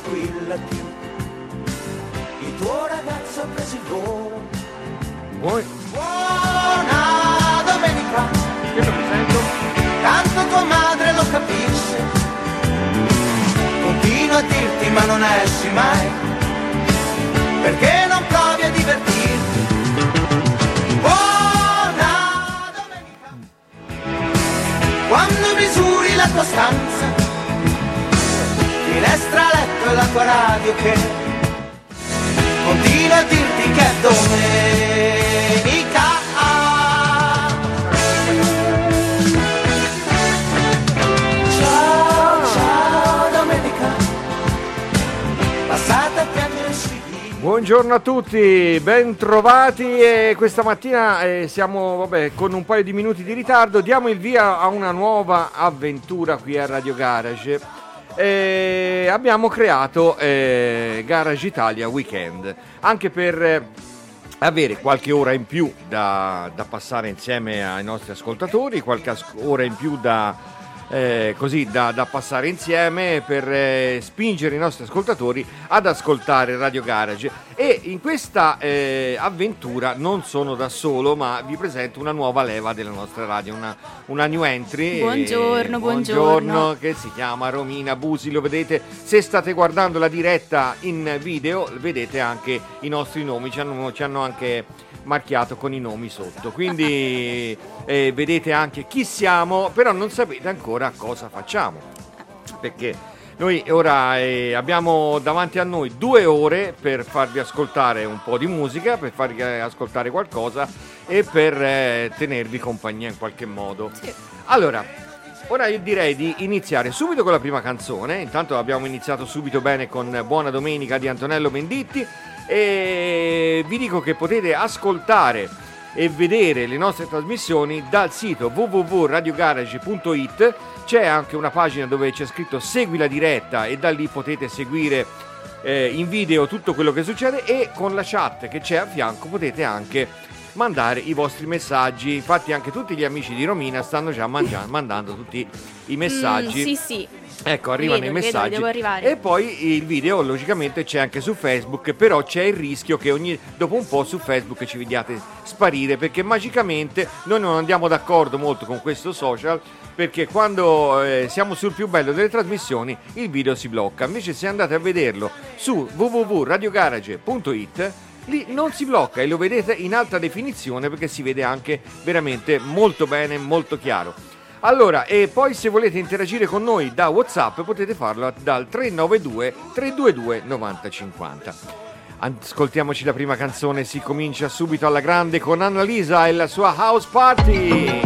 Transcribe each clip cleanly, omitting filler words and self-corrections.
squilla più. Il tuo ragazzo ha preso il volo. Buona domenica. Che non mi sento? Tanto tua madre lo capisce. Continuo a dirti ma non esci mai, perché non provi a divertirti. Buona domenica. Quando misuri la tua stanza, finestra, letto e la tua radio, che continua a dirti che è domenica. Ciao, ciao domenica, passate a piangere sui dini. Buongiorno a tutti, ben trovati e questa mattina siamo con un paio di minuti di ritardo, diamo il via a una nuova avventura qui a Radio Garage. Abbiamo creato Garage Italia Weekend, anche per avere qualche ora in più da passare insieme ai nostri ascoltatori, qualche ora in più da passare insieme per spingere i nostri ascoltatori ad ascoltare Radio Garage. E in questa avventura non sono da solo, ma vi presento una nuova leva della nostra radio, una new entry. Buongiorno, che si chiama Romina Busi. Lo vedete, se state guardando la diretta in video, vedete anche i nostri nomi, ci hanno anche marchiato con i nomi sotto, quindi vedete anche chi siamo, però non sapete ancora cosa facciamo, perché noi ora abbiamo davanti a noi 2 ore per farvi ascoltare un po' di musica, per farvi ascoltare qualcosa e per tenervi compagnia in qualche modo. Sì. Allora, ora io direi di iniziare subito con la prima canzone. Intanto abbiamo iniziato subito bene con Buona Domenica di Antonello Venditti. E vi dico che potete ascoltare e vedere le nostre trasmissioni dal sito www.radiogarage.it. C'è anche una pagina dove c'è scritto segui la diretta e da lì potete seguire in video tutto quello che succede, e con la chat che c'è a fianco potete anche mandare i vostri messaggi. Infatti anche tutti gli amici di Romina stanno già mandando tutti i messaggi. Sì. Ecco, arrivano i messaggi. Devo arrivare. E poi il video logicamente c'è anche su Facebook, però c'è il rischio che dopo un po' su Facebook ci vediate sparire, perché magicamente noi non andiamo d'accordo molto con questo social, perché quando siamo sul più bello delle trasmissioni il video si blocca. Invece se andate a vederlo su www.radiogarage.it, lì non si blocca e lo vedete in alta definizione, perché si vede anche veramente molto bene, molto chiaro. Allora, e poi se volete interagire con noi da WhatsApp potete farlo dal 392 322 9050. Ascoltiamoci la prima canzone, si comincia subito alla grande con Annalisa e la sua House Party.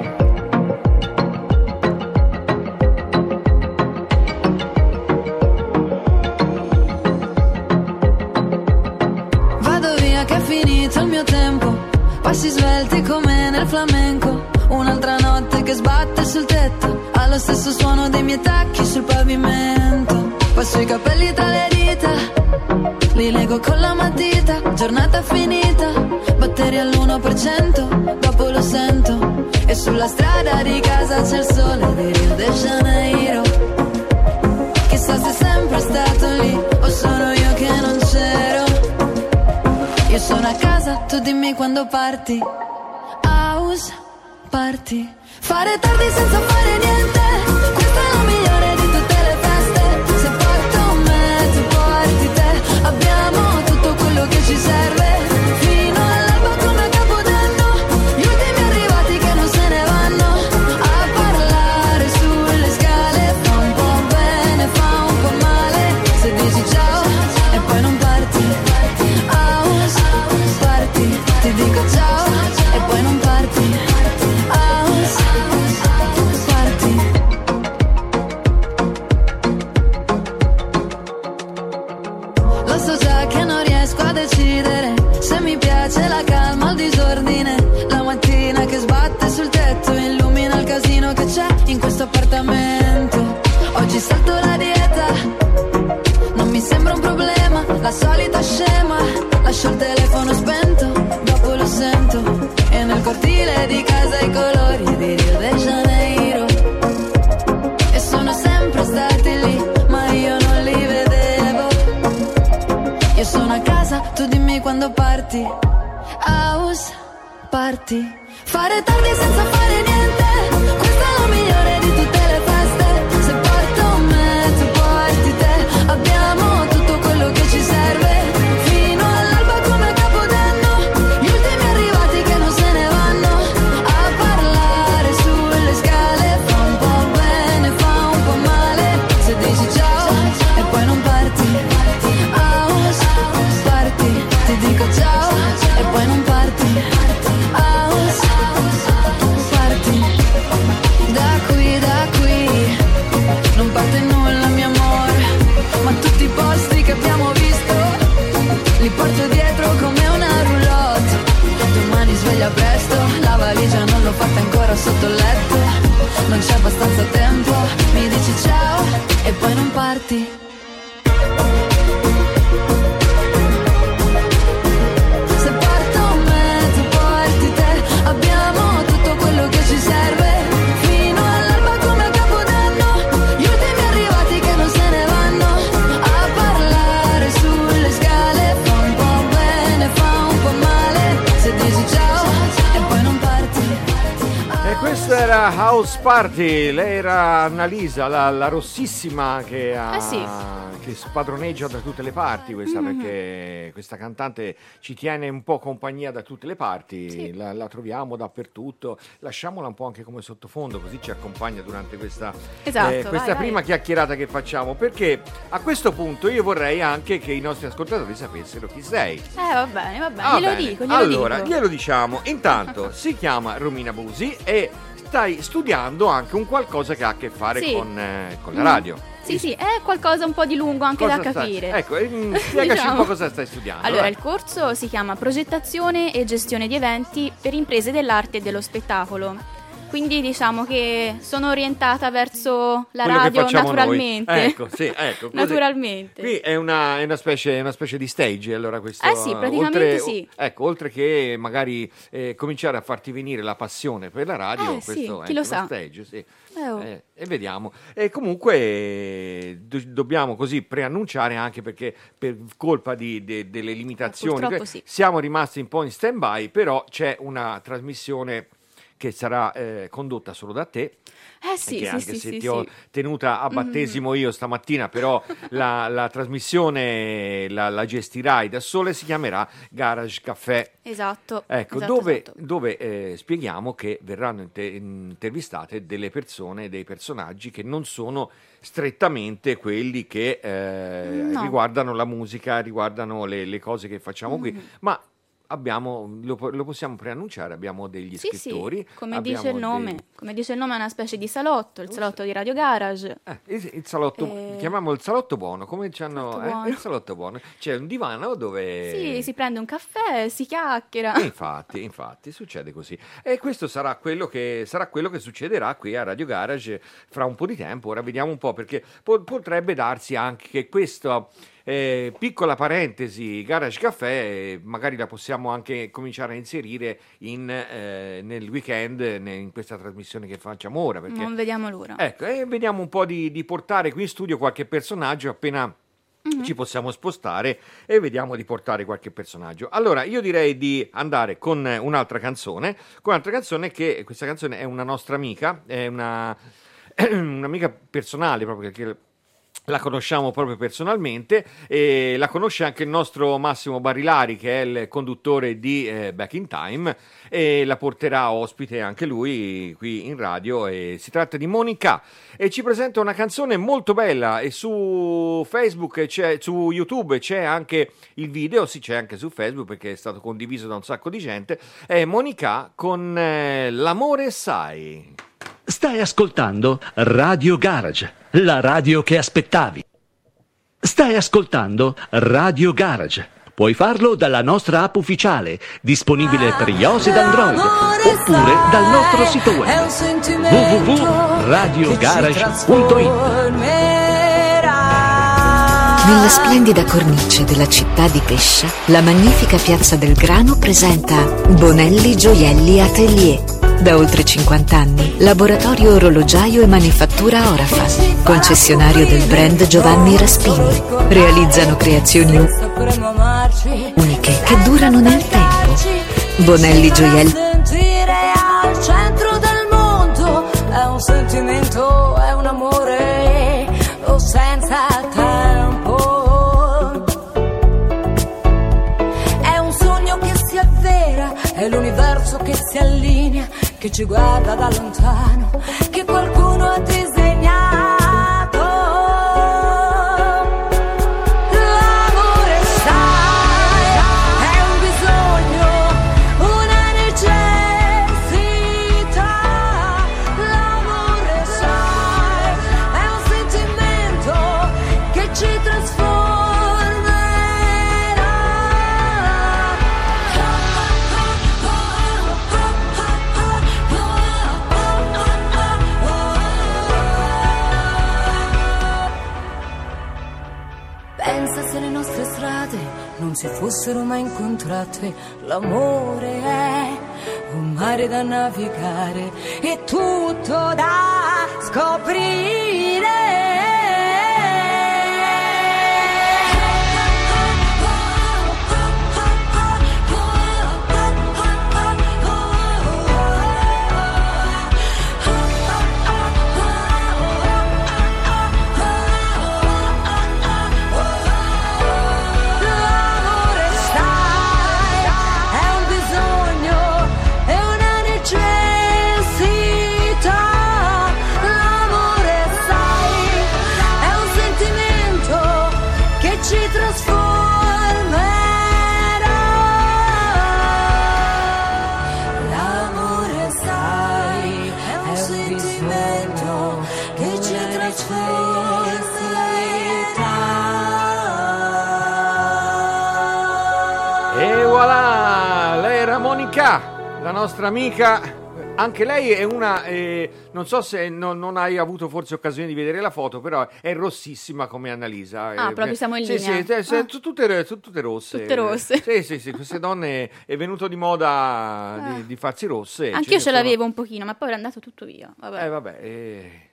Vado via che è finito il mio tempo, passi svelti come nel flamenco. Un'altra notte che sbatte sul tetto, allo stesso suono dei miei tacchi sul pavimento. Passo i capelli tra le dita, li leggo con la matita. Giornata finita, batteri all'1%, dopo lo sento. E sulla strada di casa c'è il sole di Rio de Janeiro. Chissà se è sempre stato lì o sono io che non c'ero. Io sono a casa, tu dimmi quando parti. House Party. Fare tardi senza fare niente, questa è la migliore di tutte le feste. Se porto me, tu porti te, abbiamo tutto quello che ci serve. Fino all'alba come a Capodanno, gli ultimi arrivati che non se ne vanno. A parlare sulle scale, fa un po' bene, fa un po' male. Se dici ciao e poi non parti. House Party, ti dico ciao e poi non parti. Lo so già che non riesco a decidere se mi piace la calma o il disordine. La mattina che sbatte sul tetto illumina il casino che c'è in questo appartamento. Oggi salto la dieta, non mi sembra un problema. La solita scema, lascio il telefono spento, dopo lo sento. E nel cortile di casa i colori di Rio de Janeiro. E sono sempre stati lì, ma io non li vedevo. quando parti. House party. Fare tardi senza fare niente, questa è la migliore di tutte le feste. Se porto me, tu porti te, abbiamo tutto quello che ci serve. Fino all'alba come a Capodanno, gli ultimi arrivati che non se ne vanno a parlare sulle scale. Fa un po' bene, fa un po' male, se dici ciao e poi non parti. House party, ti dico ciao e poi non parti. House party, da qui non parte nulla mio amore, ma tutti i posti che abbiamo visto li porto dietro come una roulotte. Domani sveglia presto, la valigia non l'ho fatta ancora sotto il letto. Non c'è abbastanza tempo, mi dici ciao e poi non parti. Se porto me, tu porti te, abbiamo tutto quello che ci serve. Fino all'alba come a Capodanno, gli ultimi arrivati che non se ne vanno a parlare sulle scale. Fa un po' bene, fa un po' male, se dici ciao e poi non parti. E questa era House Party, lei era Annalisa, la rossissima che che spadroneggia da tutte le parti questa, perché questa cantante ci tiene un po' compagnia da tutte le parti, sì. La troviamo dappertutto, lasciamola un po' anche come sottofondo, così ci accompagna durante questa, questa prima chiacchierata che facciamo, perché a questo punto io vorrei anche che i nostri ascoltatori sapessero chi sei. Va bene, dico. Allora, glielo diciamo. Intanto si chiama Romina Busi e stai studiando anche un qualcosa che ha a che fare con la radio. Sì, è qualcosa un po' di lungo anche da capire. Ecco, spiegaci un po' cosa stai studiando. Allora, il corso si chiama Progettazione e gestione di eventi per imprese dell'arte e dello spettacolo. Quindi diciamo che sono orientata verso la quello radio naturalmente. Noi. Ecco, così. Naturalmente. Qui è una specie di stage, allora questo. Sì, praticamente sì. Ecco, oltre che magari cominciare a farti venire la passione per la radio, questo chi lo sa. Stage, sì. E vediamo. E comunque dobbiamo così preannunciare, anche perché per colpa delle limitazioni siamo rimasti un po' in stand-by, però c'è una trasmissione che sarà condotta solo da te. Se ti ho tenuta a battesimo io stamattina, però la trasmissione la gestirai da sola, si chiamerà Garage Café. Esatto. Ecco, dove spieghiamo che verranno intervistate delle persone, dei personaggi che non sono strettamente quelli che riguardano la musica, riguardano le cose che facciamo qui, ma lo possiamo preannunciare, abbiamo degli scrittori. Sì. Come dice il nome è una specie di salotto, il salotto di Radio Garage. Il salotto, chiamiamolo il salotto buono, come ci hanno il salotto buono. C'è un divano dove si prende un caffè, si chiacchiera. Infatti succede così. E questo sarà quello che succederà qui a Radio Garage fra un po' di tempo. Ora vediamo un po', perché potrebbe darsi anche che questo piccola parentesi Garage Café magari la possiamo anche cominciare a inserire nel weekend, in questa trasmissione che facciamo ora, perché non vediamo l'ora. Ecco, vediamo un po' di portare qui in studio qualche personaggio appena ci possiamo spostare, e vediamo di portare qualche personaggio. Allora io direi di andare con un'altra canzone, che questa canzone è una nostra amica, è un'amica personale, proprio perché la conosciamo proprio personalmente, e la conosce anche il nostro Massimo Barilari, che è il conduttore di Back in Time, e la porterà ospite anche lui qui in radio. E si tratta di Monica, e ci presenta una canzone molto bella, e su Facebook su YouTube c'è anche il video, c'è anche su Facebook perché è stato condiviso da un sacco di gente. È Monica con L'amore sai. Stai ascoltando Radio Garage, la radio che aspettavi. Stai ascoltando Radio Garage. Puoi farlo dalla nostra app ufficiale, disponibile per iOS ed Android, oppure dal nostro sito web www.radiogarage.it. Nella splendida cornice della città di Pescia, la magnifica Piazza del Grano presenta Bonelli Gioielli Atelier. Da oltre 50 anni, laboratorio orologiaio e manifattura Orafan, concessionario del brand Giovanni Raspini. Realizzano creazioni uniche uniche che durano nel tempo. Bonelli Gioielli. Sentire al centro del mondo è un sentimento, è un amore senza tempo. È un sogno che si avvera, è l'universo che si allinea, che ci guarda da lontano, che qualcuno ha disegnato. L'amore, sai, è un bisogno, una necessità. L'amore, sai, è un sentimento che ci Pensa se le nostre strade non si fossero mai incontrate. L'amore è un mare da navigare e tutto da scoprire. E voilà, lei era Monica, la nostra amica. Anche lei è una, non so se non hai avuto forse occasione di vedere la foto, però è rossissima come Annalisa. Ah, proprio siamo in linea. Sì, tutte rosse. Tutte rosse. Sì, queste donne è venuto di moda di farsi rosse. Anch'io ce l'avevo un pochino, ma poi era andato tutto via. Vabbè.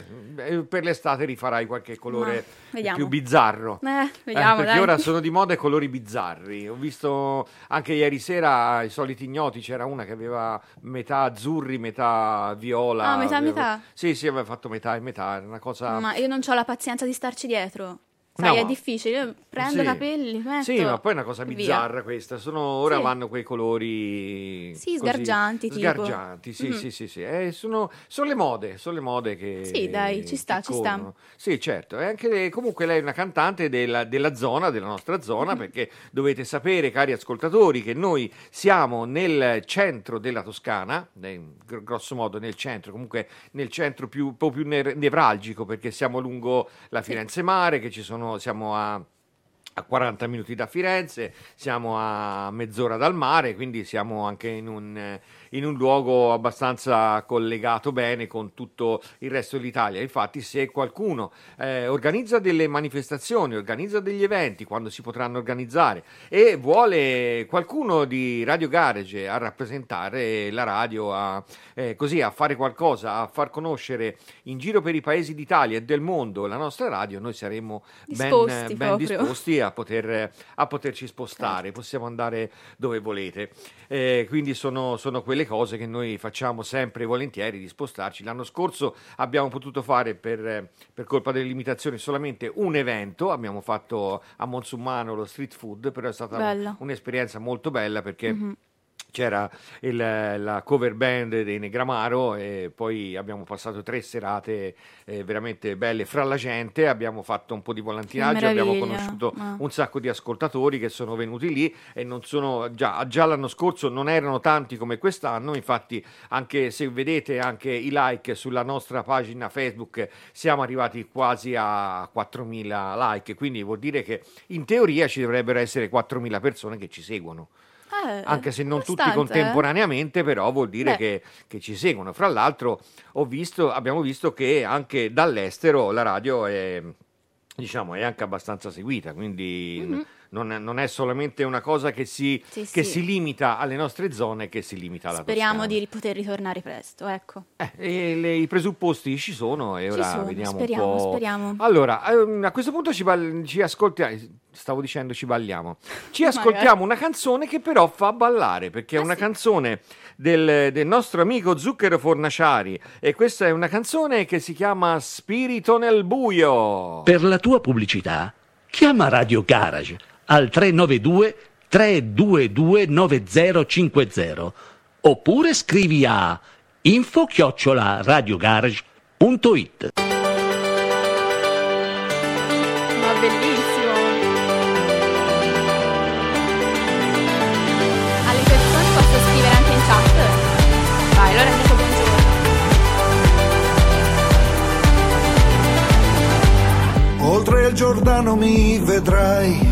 Per l'estate rifarai qualche colore più bizzarro. Vediamo, perché dai. ora sono di moda i colori bizzarri. Ho visto anche ieri sera i soliti ignoti, c'era una che aveva metà azzurri, metà viola. Metà? Sì, aveva fatto metà e metà, era una cosa. Ma io non ho la pazienza di starci dietro. Sai, No, è difficile. Io prendo i capelli, metto. Sì, ma poi è una cosa e bizzarra via. questa. Ora Sì. vanno quei colori. Sì, così, sgargianti, tipo. Sgargianti, sì. Sono le mode che. Sì, dai, ci sta, che ci sta. corrono. Sì, certo. E anche comunque lei è una cantante della zona, della nostra zona, perché dovete sapere, cari ascoltatori, che noi siamo nel centro della Toscana, grosso modo nel centro, comunque nel centro un po' più nevralgico, perché siamo lungo la Firenze Mare, siamo a 40 minuti da Firenze, siamo a mezz'ora dal mare, quindi siamo anche in un luogo abbastanza collegato bene con tutto il resto dell'Italia. Infatti, se qualcuno organizza delle manifestazioni, organizza degli eventi, quando si potranno organizzare, e vuole qualcuno di Radio Garage a rappresentare la radio, così a fare qualcosa, a far conoscere in giro per i paesi d'Italia e del mondo la nostra radio, noi saremo ben disposti a poterci spostare. Certo. Possiamo andare dove volete, quindi sono quelle cose che noi facciamo sempre volentieri, di spostarci. L'anno scorso abbiamo potuto fare per colpa delle limitazioni solamente un evento, abbiamo fatto a Monsummano lo street food, però è stata un'esperienza molto bella perché c'era la cover band dei Negramaro e poi abbiamo passato 3 serate veramente belle fra la gente, abbiamo fatto un po' di volantinaggio, abbiamo conosciuto un sacco di ascoltatori che sono venuti lì e non sono già l'anno scorso non erano tanti come quest'anno. Infatti, anche se vedete anche i like sulla nostra pagina Facebook, siamo arrivati quasi a 4.000 like, quindi vuol dire che in teoria ci dovrebbero essere 4.000 persone che ci seguono. Anche se non tutti contemporaneamente, però vuol dire che ci seguono. Fra l'altro abbiamo visto che anche dall'estero la radio è anche abbastanza seguita, quindi non è solamente una cosa che si limita alle nostre zone, che si limita alla Speriamo Toscana. di poter ritornare presto, ecco. I presupposti ci sono e ora vediamo speriamo, un po'. speriamo. Allora, a questo punto ci ascoltiamo, stavo dicendo ci balliamo, ci ascoltiamo una canzone che però fa ballare, perché è una canzone del nostro amico Zucchero Fornaciari, e questa è una canzone che si chiama Spirito nel buio. Per la tua pubblicità, chiama Radio Garage al 392 322 9050 oppure scrivi a info@radiogarage.it. Ma bellissimo! Alle persone posso scrivere anche in chat? Vai, allora dico buongiorno. Oltre il Giordano mi vedrai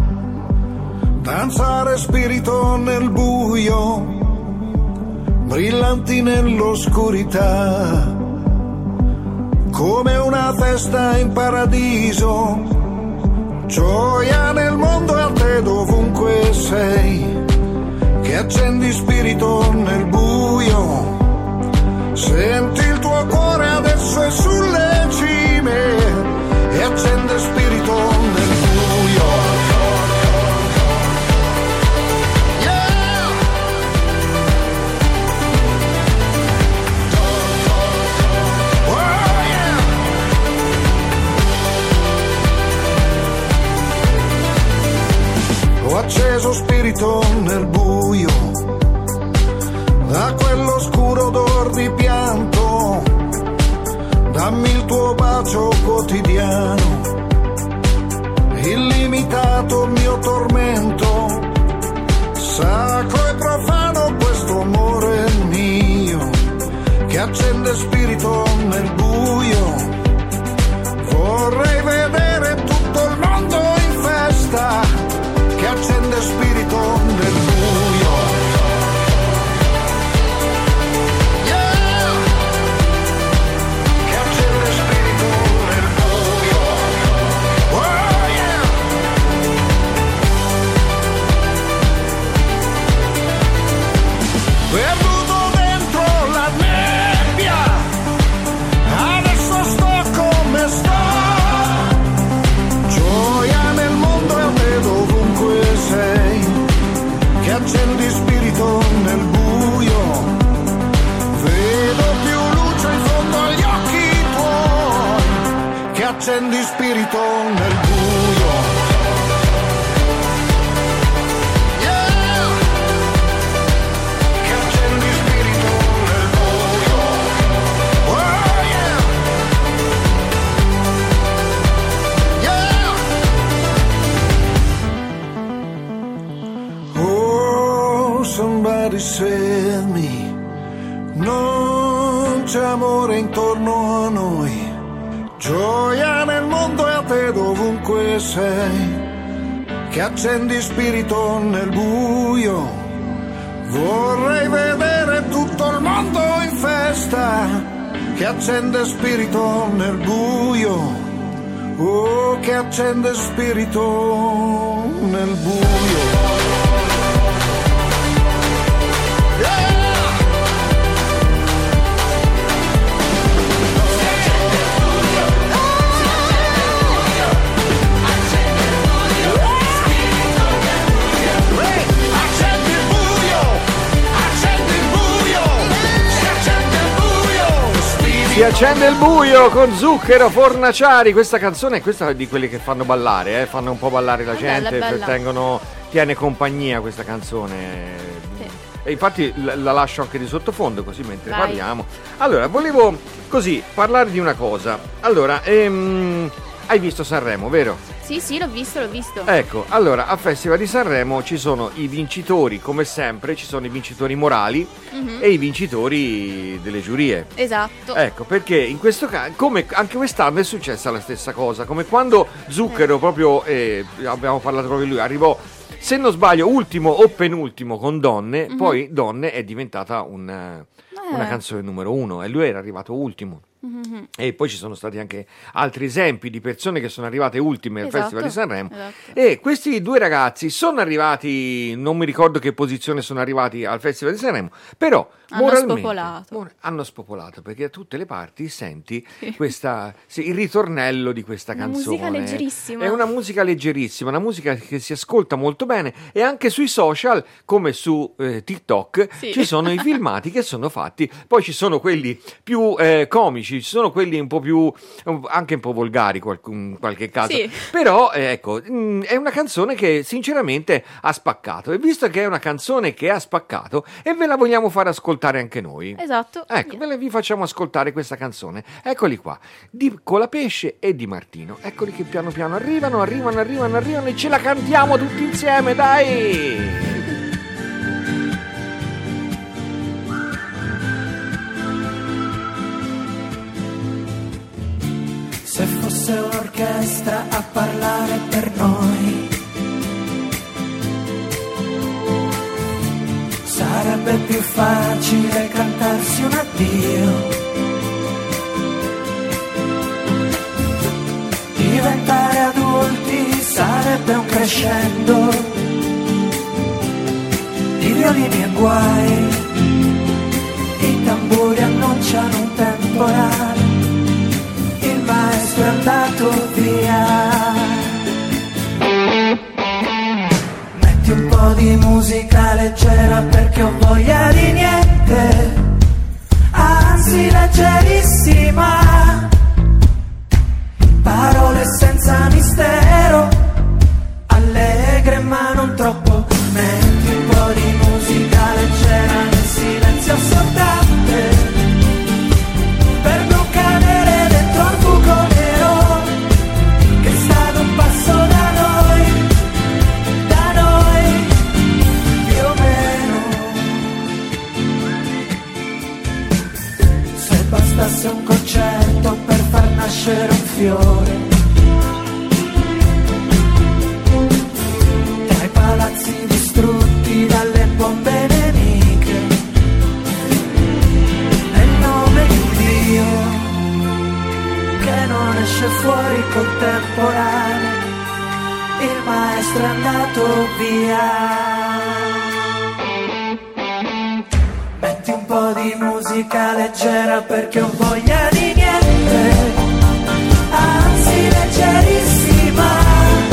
danzare spirito nel buio, brillanti nell'oscurità, come una festa in paradiso, gioia nel mondo e a te dovunque sei, che accendi spirito nel buio, senti il tuo cuore adesso è sulle cime e accende spirito nel buio. Ho acceso spirito nel buio, da quell'oscuro odor di pianto, dammi il tuo bacio quotidiano, illimitato mio tormento, sacro e profano questo amore mio, che accende spirito nel buio, vorrei vedere tutto il mondo in festa, che accende spirito nel buio. Yeah! Che accende spirito nel buio. Oh yeah! Perduto dentro la nebbia, adesso sto come sto, gioia nel mondo e a te dovunque sei, che accendi spirito nel buio, vedo più luce in fondo agli occhi tuoi, che accendi spirito nel buio. Yeah! Che accendi spirito nel buio. Oh yeah! Yeah! Oh, somebody save me, non c'è amore intorno a noi, gioia nel mondo e a te dovunque sei, che accendi spirito nel buio, vorrei vedere tutto il mondo in festa, che accende spirito nel buio, oh, che accende spirito nel buio. Si accende il buio con Zucchero Fornaciari. Questa canzone, questa è di quelle che fanno ballare, fanno un po' ballare la gente, bella. tiene compagnia questa canzone. Sì. E infatti la lascio anche di sottofondo così mentre parliamo. Allora, volevo così parlare di una cosa. Allora, hai visto Sanremo, vero? Sì, l'ho visto. Ecco, allora, al Festival di Sanremo ci sono i vincitori, come sempre, ci sono i vincitori morali e i vincitori delle giurie. Esatto. Ecco, perché in questo caso, come anche quest'anno è successa la stessa cosa, come quando Zucchero proprio, abbiamo parlato proprio di lui, arrivò, se non sbaglio, ultimo o penultimo con Donne, poi Donne è diventata una canzone numero 1 e lui era arrivato ultimo. E poi ci sono stati anche altri esempi di persone che sono arrivate ultime al Esatto, Festival di Sanremo. esatto. E questi due ragazzi sono arrivati, non mi ricordo che posizione sono arrivati al Festival di Sanremo, però Hanno moralmente spopolato. hanno spopolato, perché a tutte le parti senti il ritornello di questa Una canzone. musica leggerissima. È una musica leggerissima, una musica che si ascolta molto bene, e anche sui social, come su TikTok, Sì. ci sono i filmati che sono fatti. Poi ci sono quelli più comici, ci sono quelli un po' più anche un po' volgari in qualche caso. Sì. Però ecco, è una canzone che sinceramente ha spaccato, e visto che è una canzone che ha spaccato, e ve la vogliamo far ascoltare anche noi. Esatto. Ecco, vi facciamo ascoltare questa canzone. Eccoli qua, di Colapesce e Di Martino. Eccoli che piano piano arrivano e ce la cantiamo tutti insieme, dai! Se fosse un'orchestra a parlare per noi, sarebbe più facile cantarsi un addio. Diventare adulti sarebbe un crescendo di violini e guai. I tamburi annunciano un temporale, il maestro è andato via. Metti un po' di musica leggera perché ho voglia di niente, anzi leggerissima. Parole senza mistero, allegre ma non troppo. Metti un po' di musica leggera nel silenzio assordante, per non cadere dentro al buco nero che è stato un passo da noi più o meno. Se bastasse un concerto per far nascere un fiore, tra i palazzi distrutti dalle bombe nemiche, nel nome di Dio che non esce fuori col temporale, il maestro è andato via. Metti un po' di musica leggera perché ho voglia di niente, anzi leggerissima.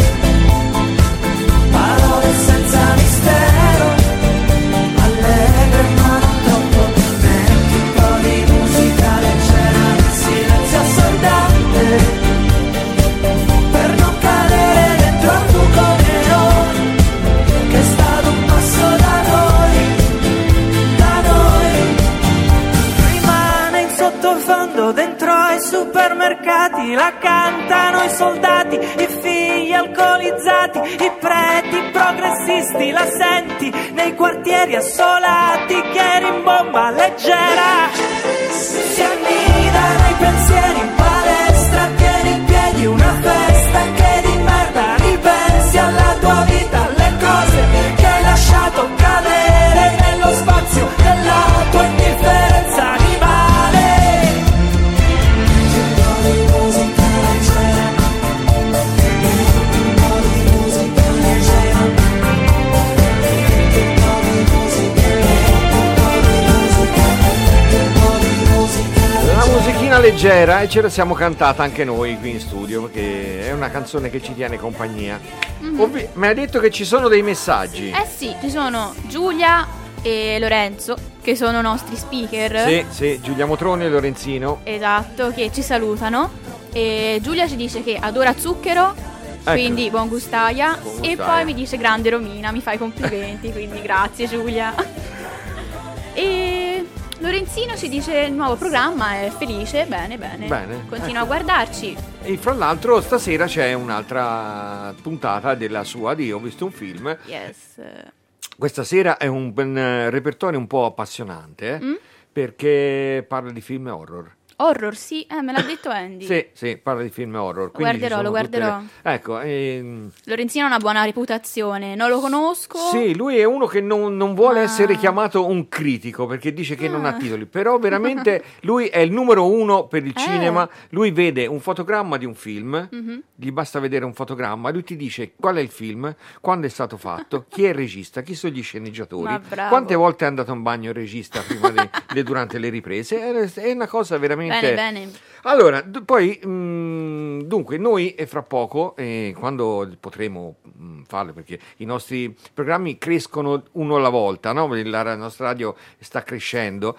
Parole senza mistero, allegre ma non troppo. Metti un po' di musica leggera nel silenzio assordante, per non cadere dentro al buco nero che è stato un passo da noi. Rimane in sottofondo dentro ai supermercati, la cantano i soldati, i figli alcolizzati, i preti progressisti, la senti nei quartieri assolati che rimbomba leggera, si annida nei pensieri in palestra, tieni in piedi una festa che di merda, ripensi alla tua vita, alle cose che hai lasciato cadere nello spazio della tua indifferenza animale. La musichina leggera, e ce la siamo cantata anche noi qui in studio, perché è una canzone che ci tiene compagnia. Mi ha detto che ci sono dei messaggi. Eh sì, ci sono Giulia e Lorenzo, che sono nostri speaker. Sì, Giulia Motroni e Lorenzino. Esatto, che ci salutano. E Giulia ci dice che adora zucchero, quindi buon gustaia. Buon E gustaia. poi mi dice grande Romina, mi fa i complimenti, quindi grazie Giulia. E Lorenzino ci dice il nuovo programma è felice, bene. Continua a guardarci. E fra l'altro stasera c'è un'altra puntata della sua di Ho visto un film. Yes. Questa sera è un repertorio un po' appassionante, perché parla di film horror. Horror, sì, me l'ha detto Andy. Sì, parla di film horror. Lo guarderò. Ecco. Lorenzino ha una buona reputazione, non lo conosco. Sì, lui è uno che non vuole essere chiamato un critico, perché dice che non ha titoli, però veramente lui è il numero uno per il cinema. Lui vede un fotogramma di un film, gli basta vedere un fotogramma, lui ti dice qual è il film, quando è stato fatto, chi è il regista, chi sono gli sceneggiatori, quante volte è andato in bagno il regista prima durante le riprese. È una cosa veramente... Bene. Allora, poi dunque noi fra poco, quando potremo farlo, perché i nostri programmi crescono uno alla volta, no? La nostra radio sta crescendo,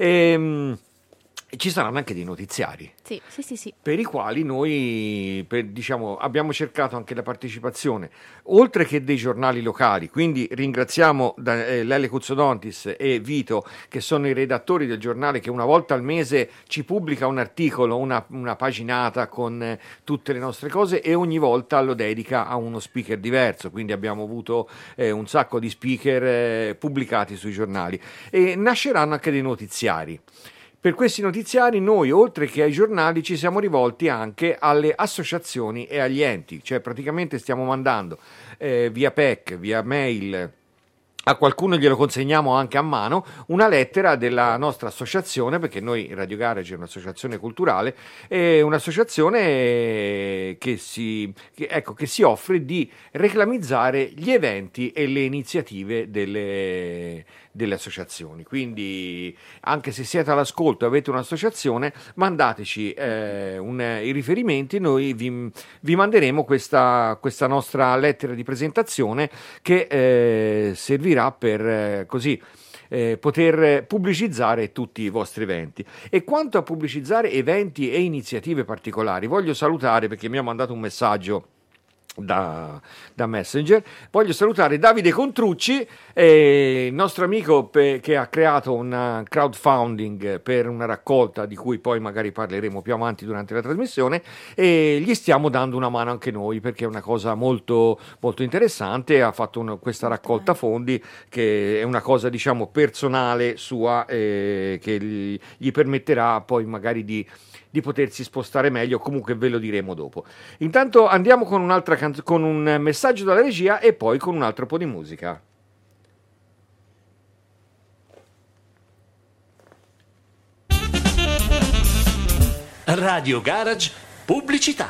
ci saranno anche dei notiziari. Sì. Per i quali noi abbiamo cercato anche la partecipazione, oltre che dei giornali locali, quindi ringraziamo Lele Cuzzodontis e Vito, che sono i redattori del giornale, che una volta al mese ci pubblica un articolo, una paginata con tutte le nostre cose, e ogni volta lo dedica a uno speaker diverso, quindi abbiamo avuto un sacco di speaker pubblicati sui giornali, e nasceranno anche dei notiziari. Per questi notiziari noi, oltre che ai giornali, ci siamo rivolti anche alle associazioni e agli enti, cioè praticamente stiamo mandando via PEC, via mail, a qualcuno glielo consegniamo anche a mano, una lettera della nostra associazione, perché noi Radio Garage è un'associazione culturale, è un'associazione che si offre di reclamizzare gli eventi e le iniziative delle associazioni. Quindi anche se siete all'ascolto e avete un'associazione, mandateci i riferimenti, noi vi manderemo questa nostra lettera di presentazione che servirà per poter pubblicizzare tutti i vostri eventi. E quanto a pubblicizzare eventi e iniziative particolari, voglio salutare, perché mi ha mandato un messaggio da Messenger, voglio salutare Davide Contrucci, il nostro amico che ha creato un crowdfunding per una raccolta di cui poi magari parleremo più avanti durante la trasmissione, e gli stiamo dando una mano anche noi, perché è una cosa molto, molto interessante. Ha fatto questa raccolta fondi, che è una cosa personale sua, che gli permetterà poi magari di potersi spostare meglio. Comunque ve lo diremo dopo. Intanto andiamo con un'altra con un messaggio dalla regia e poi con un altro po' di musica. Radio Garage, pubblicità.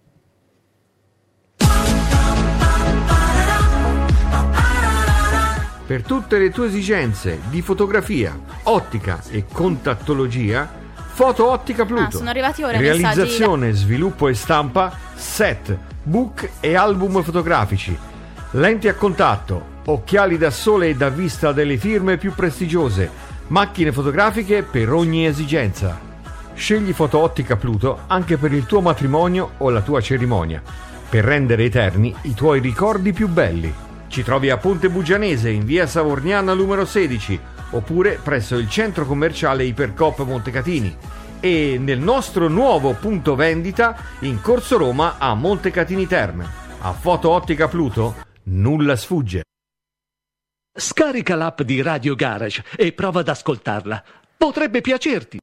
Per tutte le tue esigenze di fotografia, ottica e contattologia, Foto Ottica Pluto. Sono arrivati ora realizzazione, sviluppo e stampa, set, book e album fotografici, lenti a contatto, occhiali da sole e da vista delle firme più prestigiose, macchine fotografiche per ogni esigenza. Scegli Foto Ottica Pluto anche per il tuo matrimonio o la tua cerimonia, per rendere eterni i tuoi ricordi più belli. Ci trovi a Ponte Bugianese, in via Savorniana numero 16, oppure presso il centro commerciale Ipercoop Montecatini, e nel nostro nuovo punto vendita in Corso Roma a Montecatini Terme. A Foto Ottica Pluto nulla sfugge. Scarica l'app di Radio Garage e prova ad ascoltarla. Potrebbe piacerti.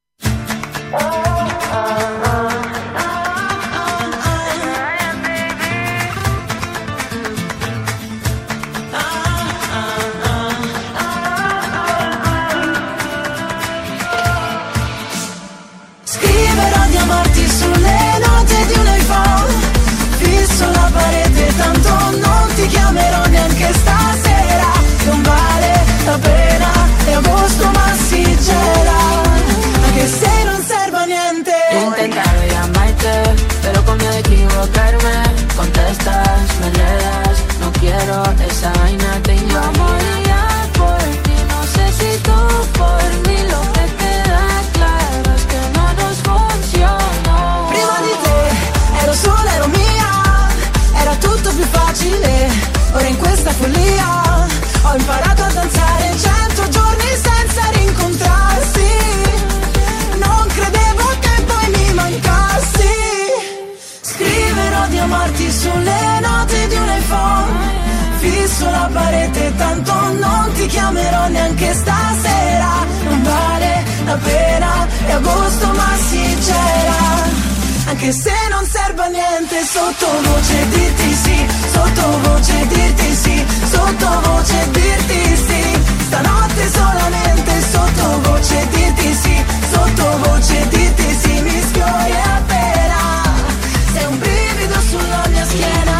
Sulla parete, tanto non ti chiamerò neanche stasera. Non vale la pena, è agosto ma si gela, anche se non serve a niente. Intentado llamarte, pero con miedo a equivocarme. Contestas, me enredas, no quiero esa vaina. Te llamo ya por ti, no sé si tú por mí. Lo que queda claro es que no nos funcionó. Prima di te ero sola, ero mia, era tutto più facile. Ora in questa follia ho imparato a danzare in 100 giorni senza rincontrarsi. Non credevo che poi mi mancassi. Scriverò di amarti sulle note di un iPhone. Fisso la parete, tanto non ti chiamerò neanche stasera. Non vale la pena, è agosto ma si anche se non serve a niente. Sottovoce dirti sì, sottovoce dirti sì, sottovoce dirti sì. Stanotte solamente sottovoce dirti sì, sottovoce dirti sì. Mi sfiori appena, sei un brivido sulla mia schiena.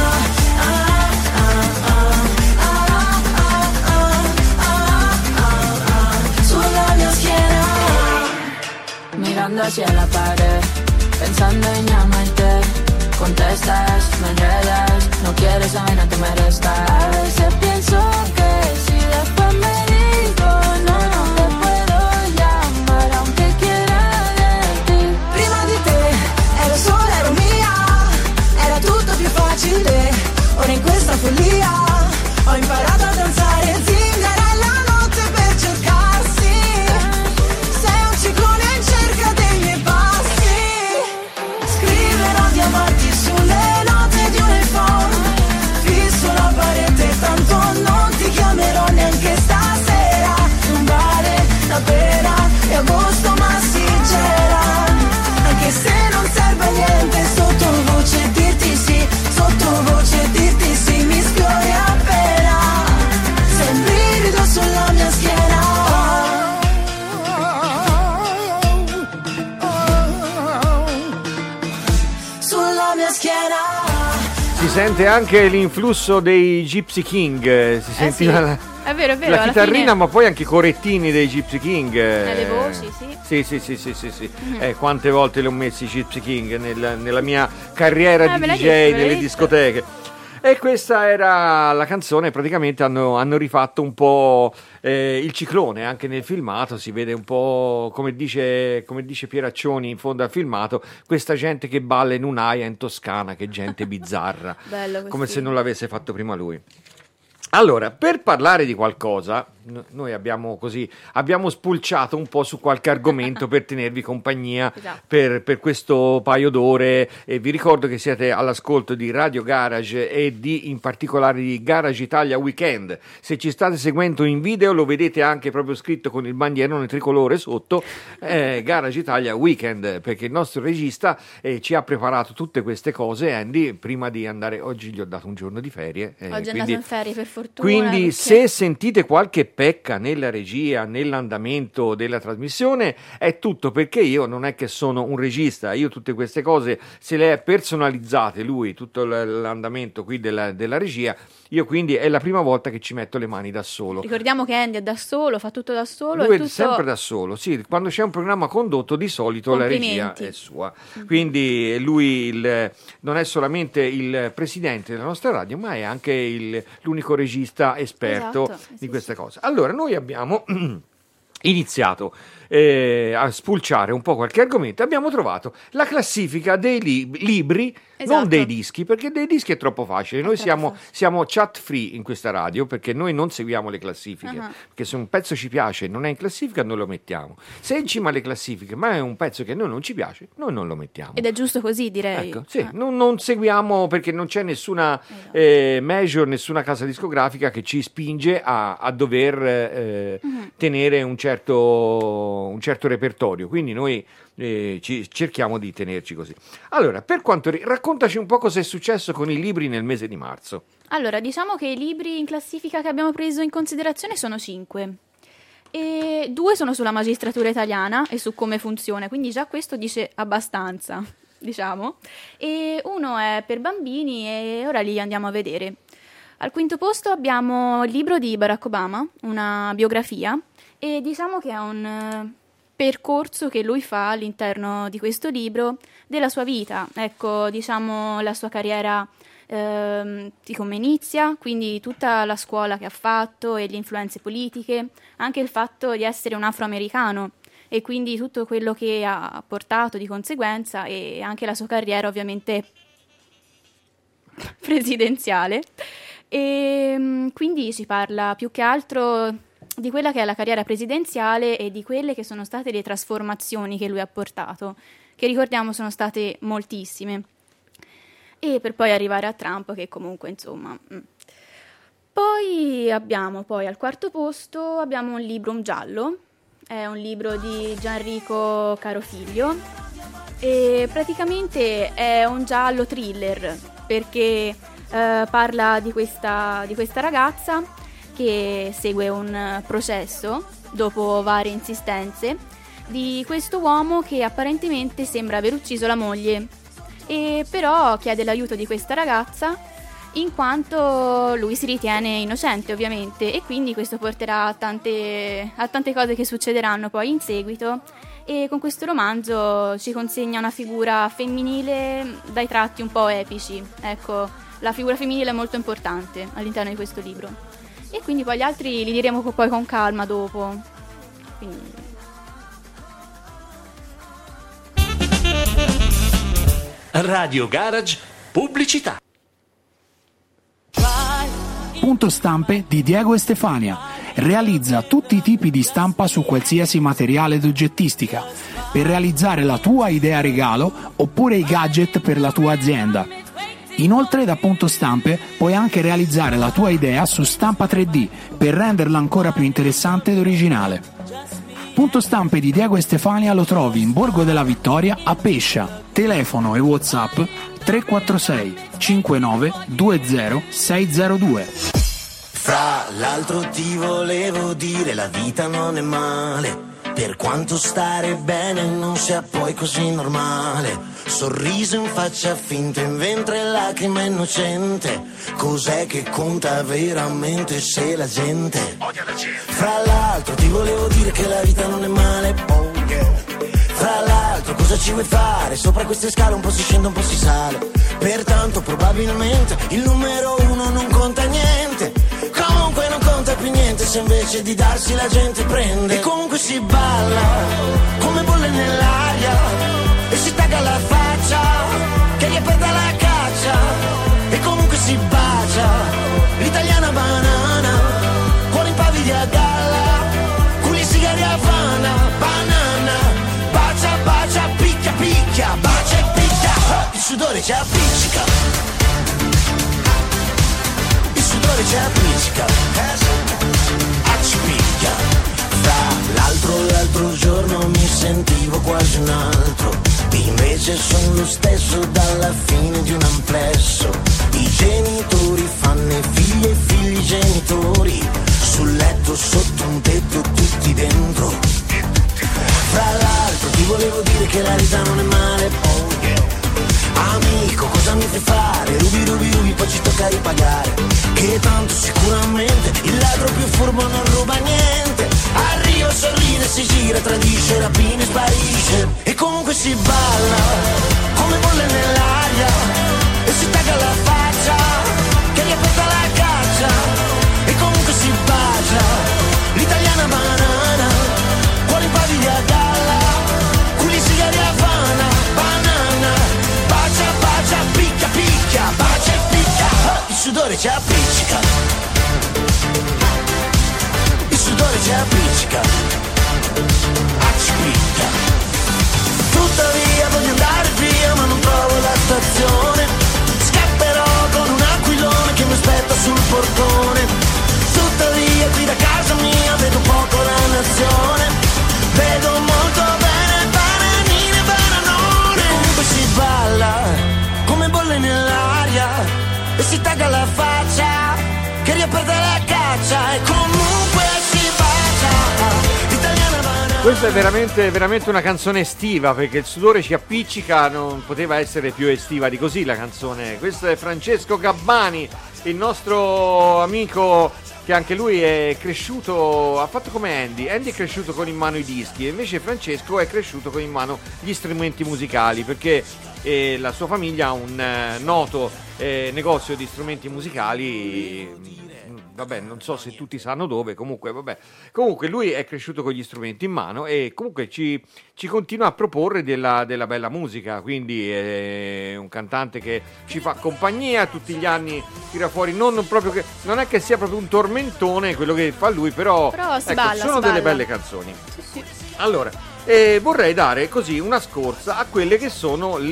Sulla mia schiena. Mirando hacia la pared, pensando en llamarte. Contestas, me enredas, no quieres saber, no te mereces. A veces pienso que si después me digo no, no te puedo llamar aunque quiera de ti. Prima di te ero sola, ero mia, era tutto più facile. Ora in questa follia ho imparato a danzare zingara la notte per cercarsi. Sei un ciclone in cerca dei miei passi. Scriverò di amarti sulle note di un iPhone. Fisso la parete, tanto non ti chiamerò neanche stasera. Non vale la pena, è agosto ma sincera. Anche se non serve a niente, sottovoce dirti sì, sottovoce dirti sì. Mi sfiori appena, sei un brivido sulla mia schiena. Sulla mia schiena. Si sente anche l'influsso dei Gypsy King, si sentiva sì. È vero, la alla chitarrina, fine... ma poi anche i correttini dei Gypsy King. Le voci, sì. Sì. Quante volte li ho messi i Gypsy King nella mia carriera di DJ nelle discoteche. E questa era la canzone, praticamente hanno rifatto un po' il ciclone, anche nel filmato si vede un po', come dice Pieraccioni in fondo al filmato, questa gente che balla in un'aia in Toscana, che gente bizzarra, Bello, come se non l'avesse fatto prima lui. Allora, per parlare di qualcosa, noi abbiamo spulciato un po' su qualche argomento per tenervi compagnia. Esatto. per questo paio d'ore, e vi ricordo che siete all'ascolto di Radio Garage e in particolare di Garage Italia Weekend. Se ci state seguendo in video lo vedete anche proprio scritto con il bandierone tricolore sotto, Garage Italia Weekend, perché il nostro regista ci ha preparato tutte queste cose. Andy, prima di andare, oggi gli ho dato un giorno di ferie, oggi è andato in ferie per fortuna. Quindi perché... se sentite qualche pecca nella regia, nell'andamento della trasmissione, è tutto perché io non è che sono un regista, io tutte queste cose se le ha personalizzate lui, tutto l'andamento qui della regia, io quindi è la prima volta che ci metto le mani da solo. Ricordiamo che Andy è da solo, fa tutto da solo. Lui è tutto... sempre da solo, sì, quando c'è un programma condotto di solito la regia è sua, quindi lui non è solamente il presidente della nostra radio, ma è anche l'unico regista esperto di queste cose. Allora, noi abbiamo iniziato a spulciare un po' qualche argomento, abbiamo trovato la classifica dei libri, non dei dischi, perché dei dischi è troppo facile. Noi siamo chat free in questa radio, perché noi non seguiamo le classifiche, perché se un pezzo ci piace e non è in classifica noi lo mettiamo, se è in cima alle classifiche ma è un pezzo che a noi non ci piace, noi non lo mettiamo. Ed è giusto così, direi. Ecco, sì, non seguiamo, perché non c'è nessuna major, nessuna casa discografica che ci spinge a dover tenere un certo repertorio, quindi noi cerchiamo di tenerci così. Allora, per quanto raccontaci un po' cosa è successo con i libri nel mese di marzo. Allora, diciamo che i libri in classifica che abbiamo preso in considerazione sono 5 e 2 sono sulla magistratura italiana e su come funziona, quindi già questo dice abbastanza, diciamo, e uno è per bambini e ora li andiamo a vedere. Al quinto posto abbiamo il libro di Barack Obama, una biografia, e diciamo che è un percorso che lui fa all'interno di questo libro della sua vita, ecco, diciamo la sua carriera di come inizia, quindi tutta la scuola che ha fatto e le influenze politiche, anche il fatto di essere un afroamericano e quindi tutto quello che ha portato di conseguenza, e anche la sua carriera ovviamente presidenziale. E quindi si parla più che altro di quella che è la carriera presidenziale e di quelle che sono state le trasformazioni che lui ha portato, che ricordiamo sono state moltissime, e per poi arrivare a Trump, che comunque insomma. Poi abbiamo al quarto posto abbiamo un libro, un giallo, è un libro di Gianrico Carofiglio, E praticamente è un giallo thriller perché parla di questa ragazza che segue un processo dopo varie insistenze di questo uomo che apparentemente sembra aver ucciso la moglie, e però chiede l'aiuto di questa ragazza in quanto lui si ritiene innocente ovviamente, e quindi questo porterà a tante cose che succederanno poi in seguito. E con questo romanzo ci consegna una figura femminile dai tratti un po' epici. Ecco, la figura femminile è molto importante all'interno di questo libro, e quindi poi gli altri li diremo poi con calma dopo. Quindi... Radio Garage, pubblicità. Punto Stampe di Diego e Stefania. Realizza tutti i tipi di stampa su qualsiasi materiale d'oggettistica per realizzare la tua idea regalo oppure i gadget per la tua azienda. Inoltre da Punto Stampe puoi anche realizzare la tua idea su stampa 3D per renderla ancora più interessante ed originale. Punto Stampe di Diego e Stefania lo trovi in Borgo della Vittoria a Pescia. Telefono e WhatsApp 346 59 20 602. Fra l'altro ti volevo dire, la vita non è male, per quanto stare bene non sia poi così normale. Sorriso in faccia finta, in ventre lacrima innocente. Cos'è che conta veramente se la gente odia la gente? Fra l'altro ti volevo dire che la vita non è male, oh yeah. Fra l'altro cosa ci vuoi fare? Sopra queste scale un po' si scende, un po' si sale. Pertanto probabilmente il numero uno non conta niente. Comunque non conta più niente se invece di darsi la gente prende. E comunque si balla come bolle nell'aria e si tagga la faccia che riaperta la caccia. E comunque si bacia l'italiana banana, cuore in pavidi a galla, culi sigari a Havana, banana. Bacia, bacia, picchia, picchia, bacia e picchia. Il sudore ci appiccica, il sudore ci appiccica, ci picchia. Fra l'altro giorno mi sentivo quasi un altro, invece sono lo stesso dalla fine di un amplesso. I genitori fanno i figli e i figli genitori, sul letto sotto un tetto tutti dentro. Fra l'altro ti volevo dire che la vita non è male, oh yeah. Amico, cosa mi fai fare? Rubi, rubi, rubi, poi ci tocca ripagare. Che tanto sicuramente il ladro più furbo non ruba niente. Arriva, sorride, si gira, tradisce, rapina e sparisce. E comunque si balla come bolle nell'aria e si tagga la faccia che riaperta la caccia. E comunque si bacia l'italiana banana, cuore in pavidi a galla, culi sigari a Havana, banana. Bacia, bacia, picchia, picchia, bacia e picchia. Il sudore ci appiccica, il sudore ci appiccica, ci picchia. Tuttavia voglio andare via ma non trovo la stazione. Scapperò con un aquilone che mi aspetta sul portone. Tuttavia qui da casa mia vedo poco la nazione. Vedo molto bene bananine e bananone. E comunque si balla come bolle nell'aria e si tagga la faccia che riaperta la caccia. E comunque si bacia l'italiana banana. Questa è veramente una canzone estiva, perché il sudore ci appiccica, non poteva essere più estiva di così la canzone. Questo è Francesco Gabbani, il nostro amico, che anche lui è cresciuto, ha fatto come Andy è cresciuto con in mano i dischi, e invece Francesco è cresciuto con in mano gli strumenti musicali, perché la sua famiglia ha un noto negozio di strumenti musicali. Vabbè, non so se tutti sanno dove, comunque lui è cresciuto con gli strumenti in mano e comunque ci continua a proporre della bella musica, quindi è un cantante che ci fa compagnia tutti gli anni, tira fuori, non è che sia proprio un tormentone quello che fa lui, però si balla, sono delle belle canzoni. Sì. Allora, vorrei dare così una scorsa a quelle che sono le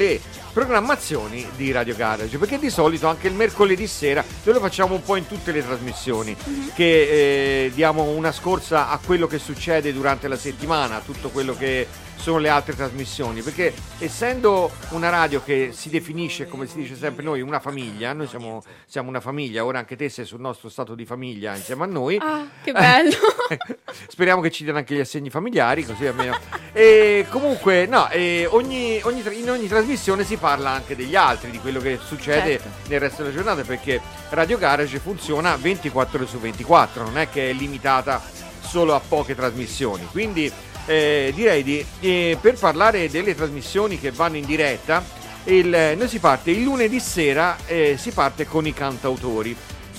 programmazioni di Radio Garage, perché di solito anche il mercoledì sera noi lo facciamo un po' in tutte le trasmissioni, che diamo una scorsa a quello che succede durante la settimana, a tutto quello che sono le altre trasmissioni, perché essendo una radio che si definisce, come si dice sempre noi, una famiglia, noi siamo una famiglia, ora anche te sei sul nostro stato di famiglia insieme a noi. Ah, che bello! Speriamo che ci diano anche gli assegni familiari, così almeno. E comunque, no, in ogni trasmissione si parla anche degli altri, di quello che succede nel resto della giornata, perché Radio Garage funziona 24 ore su 24, non è che è limitata solo a poche trasmissioni, quindi direi per parlare delle trasmissioni che vanno in diretta, noi si parte il lunedì sera, si parte con i cantautori,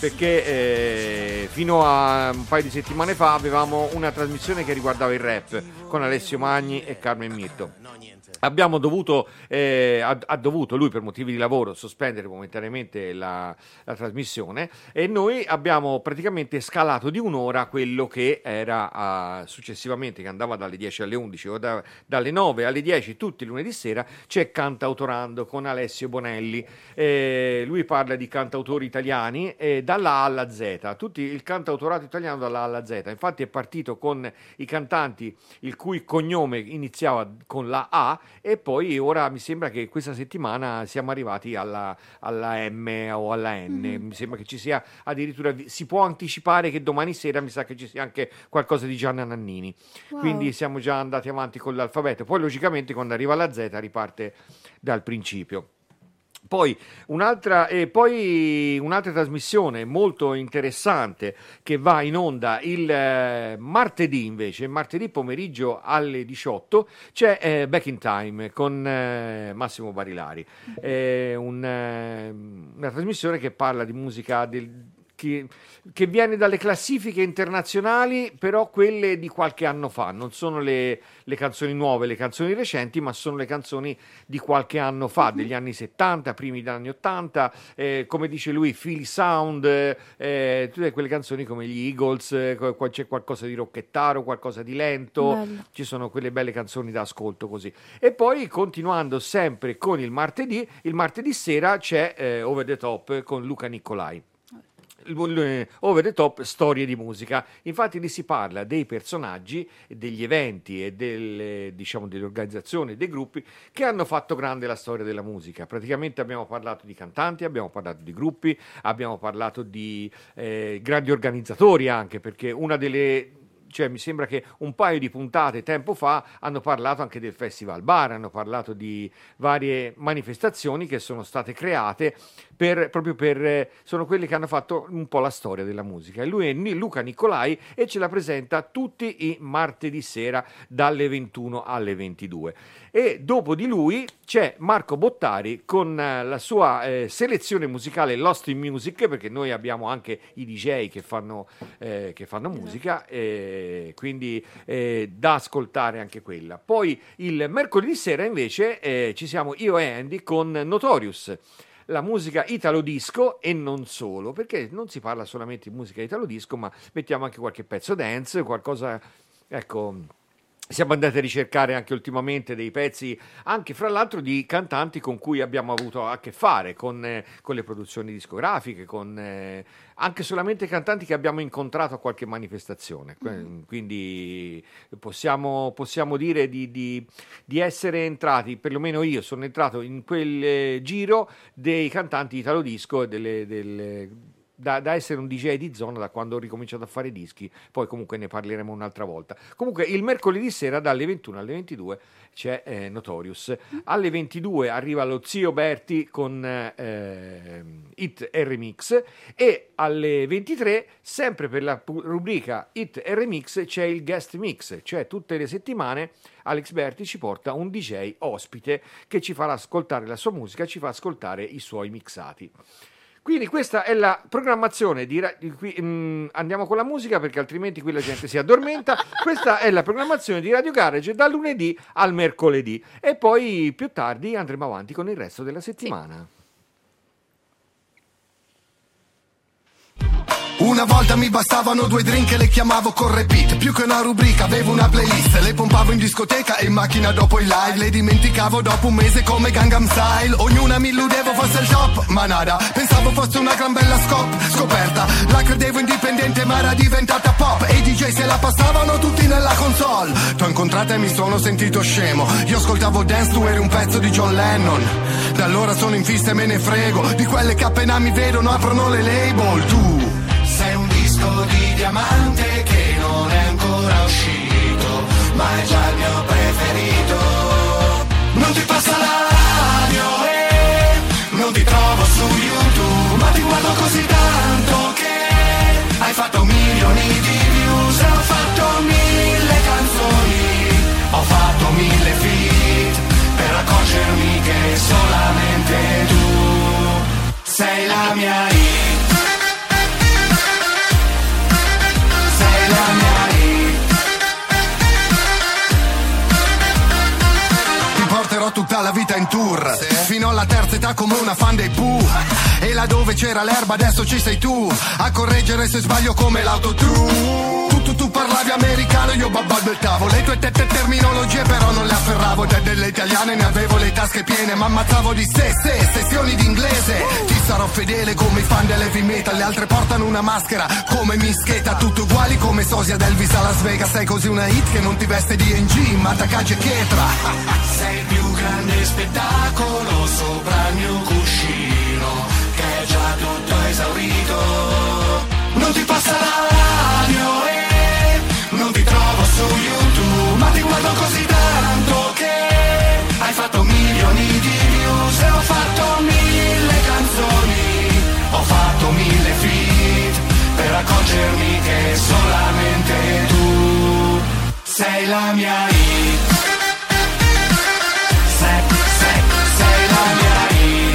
perché fino a un paio di settimane fa avevamo una trasmissione che riguardava il rap con Alessio Magni e Carmen Mirto. Abbiamo dovuto, ha dovuto lui per motivi di lavoro sospendere momentaneamente la trasmissione, e noi abbiamo praticamente scalato di un'ora quello che era successivamente, che andava dalle 10 alle 11 o dalle 9 alle 10 tutti i lunedì sera. C'è Cantautorando con Alessio Bonelli, lui parla di cantautori italiani dalla A alla Z, il cantautorato italiano dalla A alla Z. Infatti è partito con i cantanti il cui cognome iniziava con la A, e poi ora mi sembra che questa settimana siamo arrivati alla M o alla N. Mi sembra che ci sia addirittura, si può anticipare che domani sera mi sa che ci sia anche qualcosa di Gianna Nannini. Wow. Quindi siamo già andati avanti con l'alfabeto, poi logicamente quando arriva la Z riparte dal principio. Poi un'altra trasmissione molto interessante che va in onda il martedì, invece, martedì pomeriggio alle 18, c'è Back in Time con Massimo Barilari. Una trasmissione che parla di musica che viene dalle classifiche internazionali, però quelle di qualche anno fa, non sono le canzoni nuove, le canzoni recenti, ma sono le canzoni di qualche anno fa, degli anni 70, primi degli anni 80, come dice lui, Philly Sound, tutte quelle canzoni come gli Eagles, c'è qualcosa di rocchettaro, qualcosa di lento, bello. Ci sono quelle belle canzoni da ascolto così. E poi, continuando sempre con il martedì sera c'è Over the Top con Luca Nicolai. Over the Top, storie di musica. Infatti lì si parla dei personaggi, degli eventi e delle organizzazioni, dei gruppi che hanno fatto grande la storia della musica. Praticamente abbiamo parlato di cantanti, abbiamo parlato di gruppi, abbiamo parlato di grandi organizzatori anche, perché mi sembra che un paio di puntate tempo fa hanno parlato anche del Festival Bar, hanno parlato di varie manifestazioni che sono state create sono quelle che hanno fatto un po' la storia della musica. E lui è Luca Nicolai e ce la presenta tutti i martedì sera dalle 21 alle 22. E dopo di lui c'è Marco Bottari con la sua selezione musicale Lost in Music, perché noi abbiamo anche i DJ che fanno musica, quindi da ascoltare anche quella. Poi il mercoledì sera invece ci siamo io e Andy con Notorious, la musica italo disco, e non solo, perché non si parla solamente di musica italo disco, ma mettiamo anche qualche pezzo dance, qualcosa, ecco. Siamo andati a ricercare anche ultimamente dei pezzi, anche fra l'altro di cantanti con cui abbiamo avuto a che fare, con le produzioni discografiche, anche solamente cantanti che abbiamo incontrato a qualche manifestazione. Quindi possiamo dire di essere entrati, perlomeno io sono entrato in quel giro dei cantanti italo disco e da essere un DJ di zona da quando ho ricominciato a fare dischi. Poi comunque ne parleremo un'altra volta. Comunque il mercoledì sera dalle 21 alle 22 c'è Notorious. Alle 22 arriva lo Zio Berti con Hit e Remix, e alle 23 sempre per la rubrica Hit e Remix c'è il guest mix, cioè tutte le settimane Alex Berti ci porta un DJ ospite che ci farà ascoltare la sua musica, ci fa ascoltare i suoi mixati. Quindi questa è la programmazione andiamo con la musica perché altrimenti qui la gente si addormenta. Questa è la programmazione di Radio Garage dal lunedì al mercoledì, e poi più tardi andremo avanti con il resto della settimana. Una Una volta mi bastavano 2 drink e le chiamavo con repeat. Più che una rubrica avevo una playlist. Le pompavo in discoteca e in macchina dopo i live. Le dimenticavo dopo un mese come Gangnam Style. Ognuna mi illudevo fosse il top, ma nada. Pensavo fosse una gran bella scoperta. La credevo indipendente ma era diventata pop. E i DJ se la passavano tutti nella console. T'ho incontrata e mi sono sentito scemo. Io ascoltavo dance, tu eri un pezzo di John Lennon. Da allora sono in fissa e me ne frego di quelle che appena mi vedono aprono le label. Tu sei un disco di diamante che non è ancora uscito, ma è già il mio preferito. Non ti passa la radio e non ti trovo su YouTube, ma ti guardo così tanto che hai fatto milioni di views e ho fatto 1000 canzoni, ho fatto 1000 feat per accorgermi che solamente tu sei la mia hit. Sei la mia hit. Ti porterò tutta la vita in tour, fino alla terza età come una fan dei Pooh. E là dove c'era l'erba adesso ci sei tu, a correggere se sbaglio come l'autotune. Tu parlavi americano, io babbalbettavo le tue terminologie però non le afferravo. Delle italiane ne avevo le tasche piene, ma ammazzavo di sessioni di inglese. Ti sarò fedele come i fan dell'heavy metal, le altre portano una maschera come Mischeta. Tutti uguali come Sosia ad Elvis a Las Vegas. Sei così una hit che non ti veste D&G, ma Takagi e Chetra. Sei il più grande spettacolo sopra il mio cuscino, che è già tutto esaurito. Non ti passa la radio e non ti trovo su YouTube, ma ti guardo così tanto che hai fatto milioni di views e ho fatto 1000 canzoni, ho fatto 1000 feat per accorgermi che solamente tu sei la mia hit. Sei la mia hit.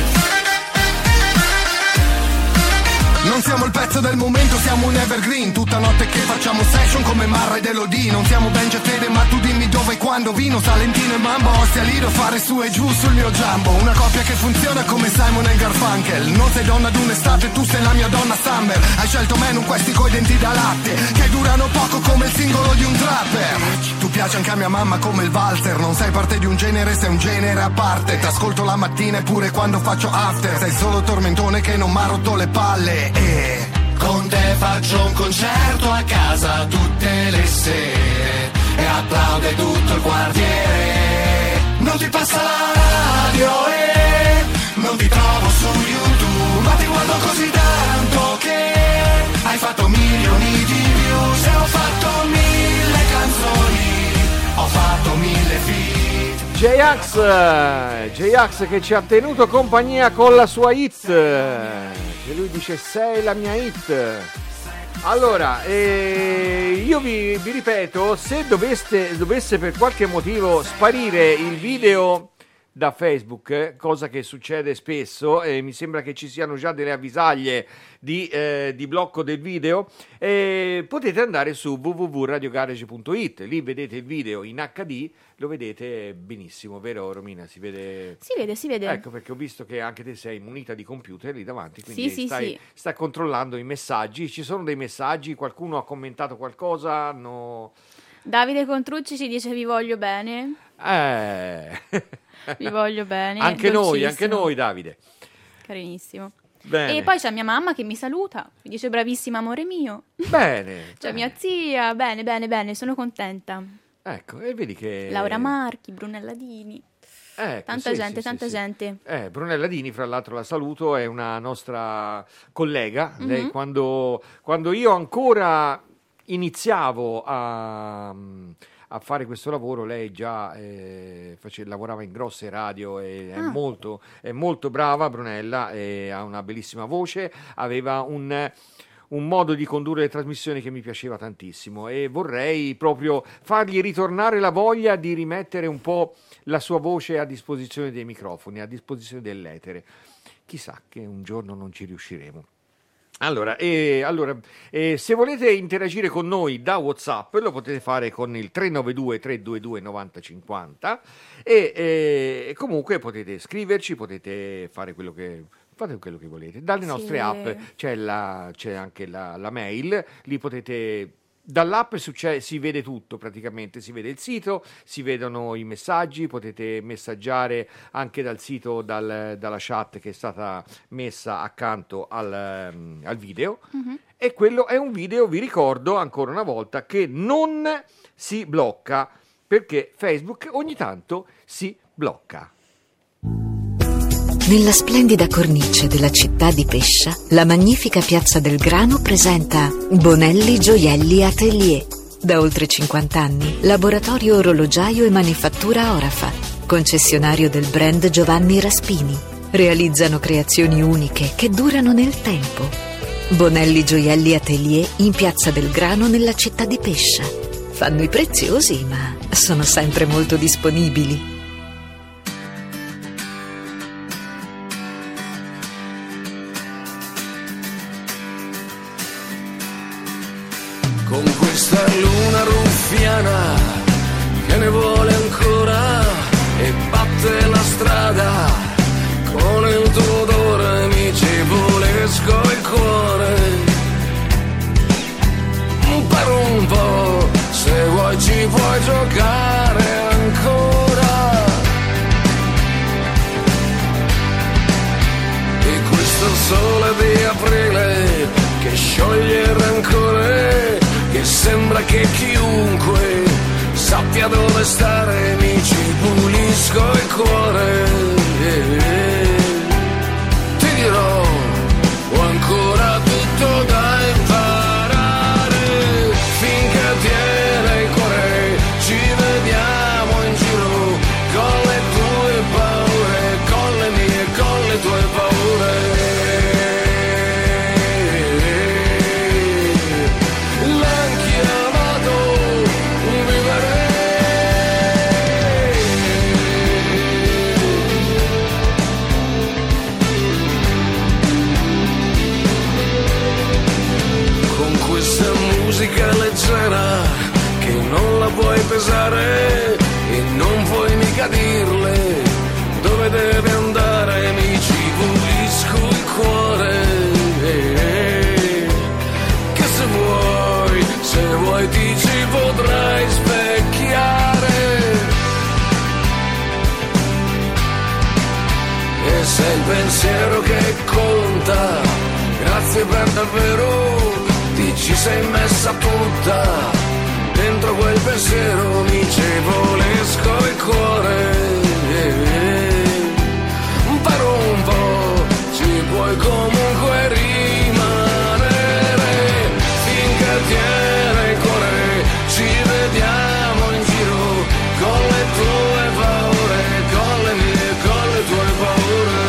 Non siamo il pezzo del momento, siamo un evergreen. Tutta notte che facciamo session come Marra ed Elodie. Non siamo Ben e Fede, ma tu dimmi dove e quando. Vino, Salentino e Mambo, Ostia Lido, fare su e giù sul mio Jumbo. Una coppia che funziona come Simon e Garfunkel. Non sei donna d'un'estate, tu sei la mia donna Summer. Hai scelto me, non questi coi denti da latte, che durano poco come il singolo di un trapper. Tu piaci anche a mia mamma come il valzer. Non sei parte di un genere, sei un genere a parte. T'ascolto la mattina e pure quando faccio after. Sei solo tormentone che non m'ha rotto le palle. E con te faccio un concerto a casa tutte le sere e applaude tutto il quartiere. Non ti passa la radio e non ti trovo su YouTube, ma ti guardo così tanto che hai fatto milioni di views e ho fatto 1000 canzoni, ho fatto 1000 feat. J-Ax che ci ha tenuto compagnia con la sua hit, e lui dice sei la mia hit. Allora, io vi ripeto, se dovesse per qualche motivo sparire il video da Facebook, cosa che succede spesso, mi sembra che ci siano già delle avvisaglie di blocco del video, potete andare su www.radiogarage.it, lì vedete il video in HD, lo vedete benissimo, vero Romina? Si vede? Si vede. Ecco, perché ho visto che anche te sei munita di computer lì davanti, quindi sì. stai controllando i messaggi. Ci sono dei messaggi, qualcuno ha commentato qualcosa? No. Davide Contrucci ci dice vi voglio bene. Vi voglio bene. Anche noi Davide. Carinissimo. Bene. E poi c'è mia mamma che mi saluta, mi dice bravissima amore mio. Bene. C'è mia zia, bene, sono contenta. Ecco, e vedi che... Laura Marchi, Brunella Dini. Ecco, tanta gente. Brunella Dini, fra l'altro la saluto, è una nostra collega. Mm-hmm. Lei quando io ancora iniziavo a fare questo lavoro, lei già lavorava in grosse radio e è molto brava Brunella, ha una bellissima voce, aveva un modo di condurre le trasmissioni che mi piaceva tantissimo e vorrei proprio fargli ritornare la voglia di rimettere un po' la sua voce a disposizione dei microfoni, a disposizione dell'etere. Chissà che un giorno non ci riusciremo. Allora, se volete interagire con noi da WhatsApp lo potete fare con il 392 322 9050 e comunque potete scriverci, potete fare quello che fate quello che volete. Dalle nostre app c'è anche la mail, lì potete... Dall'app si vede tutto praticamente, si vede il sito, si vedono i messaggi, potete messaggiare anche dal sito, dalla chat che è stata messa accanto al video. E quello è un video, vi ricordo ancora una volta, che non si blocca, perché Facebook ogni tanto si blocca. Nella splendida cornice della città di Pescia, la magnifica Piazza del Grano presenta Bonelli Gioielli Atelier. Da oltre 50 anni, laboratorio orologiaio e manifattura Orafa, concessionario del brand Giovanni Raspini. Realizzano creazioni uniche che durano nel tempo. Bonelli Gioielli Atelier in Piazza del Grano nella città di Pescia. Fanno i preziosi, ma sono sempre molto disponibili. Con questa luna ruffiana che ne vuole ancora e batte la strada, con il tuo odore mi ci volesco il cuore. Per un po', se vuoi ci puoi giocare ancora. E questo sole di aprile che scioglie il rancore, che sembra che chiunque sappia dove stare, mi ci pulisco il cuore. Ti dirò, ho ancora tutto da imparare, finché tiene il cuore, ci vediamo in giro, con le tue paure, con le mie, con le tue paure. Musica leggera che non la puoi pesare e non puoi mica dirle dove deve andare, mi ci pulisco il cuore. Che se vuoi ti ci potrai specchiare. E sei il pensiero che conta, grazie per davvero. Ci sei messa tutta dentro quel pensiero, mi ci volesco il cuore. Per un po' ci puoi comunque rimanere, finché tiene il cuore, ci vediamo in giro, con le tue paure, con le mie, con le tue paure.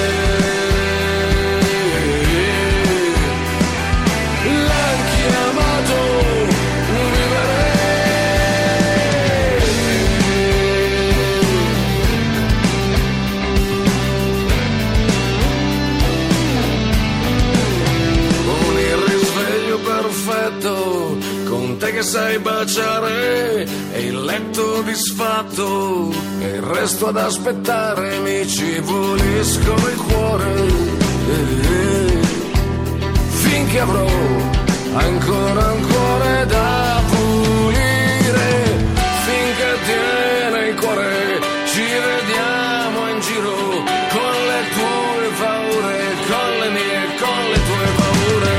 Con te che sai baciare e il letto disfatto e il resto ad aspettare, mi ci pulisco il cuore. Finché avrò ancora un cuore da pulire, finché tiene il cuore, ci vediamo in giro, con le tue paure, con le mie, con le tue paure.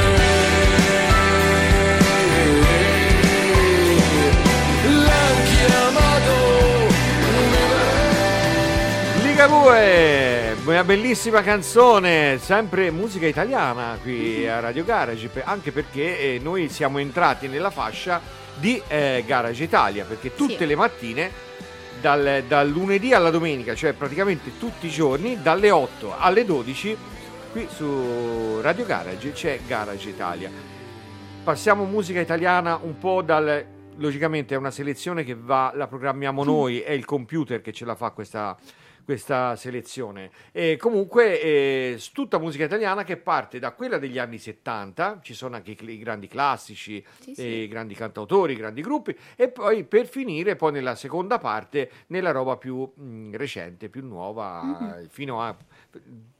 Ligabue, una bellissima canzone, sempre musica italiana qui a Radio Garage, anche perché noi siamo entrati nella fascia di Garage Italia, perché tutte le mattine dal lunedì alla domenica, cioè praticamente tutti i giorni, dalle 8 alle 12 qui su Radio Garage c'è Garage Italia. Passiamo musica italiana un po' logicamente è una selezione che la programmiamo noi, è il computer che ce la fa questa selezione, e comunque tutta musica italiana che parte da quella degli anni 70, ci sono anche i grandi classici, i grandi cantautori, i grandi gruppi, e poi per finire poi nella seconda parte nella roba più recente, più nuova, fino a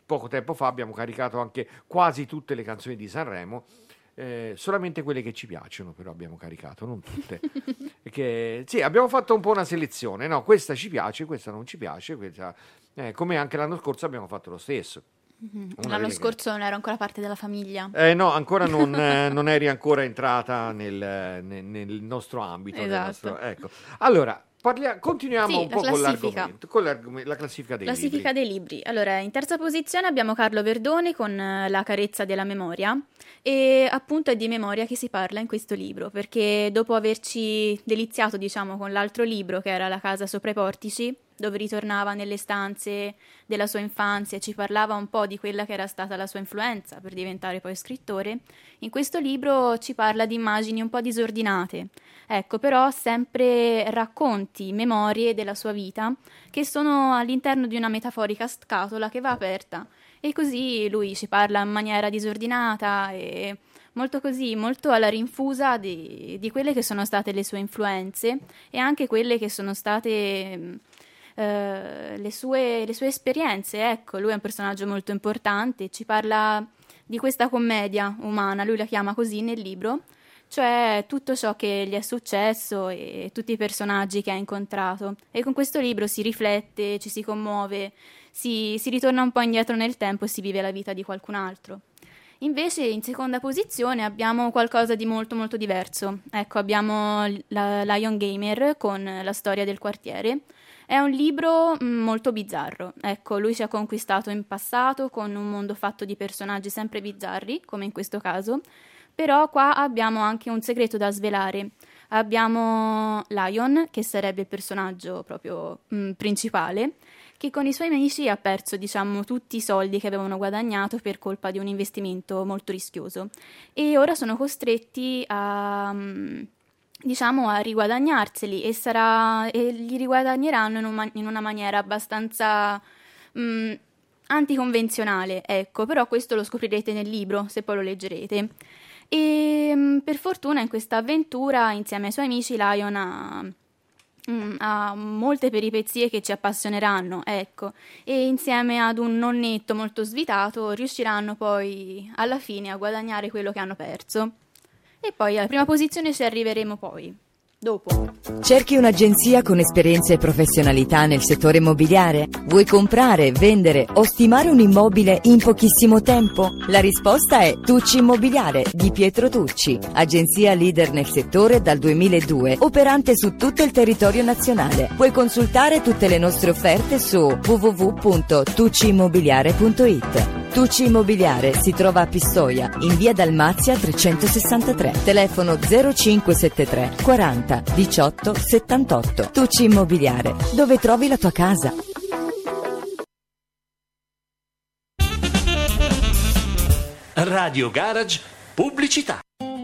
poco tempo fa abbiamo caricato anche quasi tutte le canzoni di Sanremo. Solamente quelle che ci piacciono però abbiamo caricato, non tutte. Perché, sì, abbiamo fatto un po' una selezione, no, questa ci piace, questa non ci piace, questa, come anche l'anno scorso abbiamo fatto lo stesso. L'anno scorso non ero ancora parte della famiglia. No, ancora non eri ancora entrata nel nostro ambito. Esatto. Ecco. Allora, continuiamo un po' con la classifica dei libri. Allora, in terza posizione abbiamo Carlo Verdone con La carezza della memoria, e appunto è di memoria che si parla in questo libro, perché dopo averci deliziato, diciamo, con l'altro libro che era La casa sopra i portici, dove ritornava nelle stanze della sua infanzia e ci parlava un po' di quella che era stata la sua influenza per diventare poi scrittore, in questo libro ci parla di immagini un po' disordinate, ecco, però sempre racconti, memorie della sua vita che sono all'interno di una metaforica scatola che va aperta, e così lui ci parla in maniera disordinata e molto così, molto alla rinfusa di quelle che sono state le sue influenze e anche quelle che sono state le sue esperienze. Ecco, lui è un personaggio molto importante, ci parla di questa commedia umana, lui la chiama così nel libro, cioè tutto ciò che gli è successo e tutti i personaggi che ha incontrato, e con questo libro si riflette, ci si commuove, si ritorna un po' indietro nel tempo e si vive la vita di qualcun altro. Invece in seconda posizione abbiamo qualcosa di molto molto diverso. Ecco, abbiamo Lion Gamer con La storia del quartiere. È un libro molto bizzarro. Ecco, lui ci ha conquistato in passato con un mondo fatto di personaggi sempre bizzarri, come in questo caso, però qua abbiamo anche un segreto da svelare. Abbiamo Lion, che sarebbe il personaggio proprio principale, che con i suoi amici ha perso, diciamo, tutti i soldi che avevano guadagnato per colpa di un investimento molto rischioso, e ora sono costretti a riguadagnarseli, e li riguadagneranno in una maniera abbastanza anticonvenzionale, ecco, però questo lo scoprirete nel libro se poi lo leggerete. E per fortuna in questa avventura insieme ai suoi amici Lion ha molte peripezie che ci appassioneranno, ecco, e insieme ad un nonnetto molto svitato riusciranno poi alla fine a guadagnare quello che hanno perso. E poi alla prima posizione ci arriveremo poi dopo. Cerchi un'agenzia con esperienza e professionalità nel settore immobiliare? Vuoi comprare, vendere o stimare un immobile in pochissimo tempo? La risposta è Tucci Immobiliare di Pietro Tucci, agenzia leader nel settore dal 2002, operante su tutto il territorio nazionale. Puoi consultare tutte le nostre offerte su www.tucciimmobiliare.it. Tucci Immobiliare si trova a Pistoia, in via Dalmazia 363, telefono 0573 40 18 78. Tucci Immobiliare, dove trovi la tua casa. Radio Garage, pubblicità.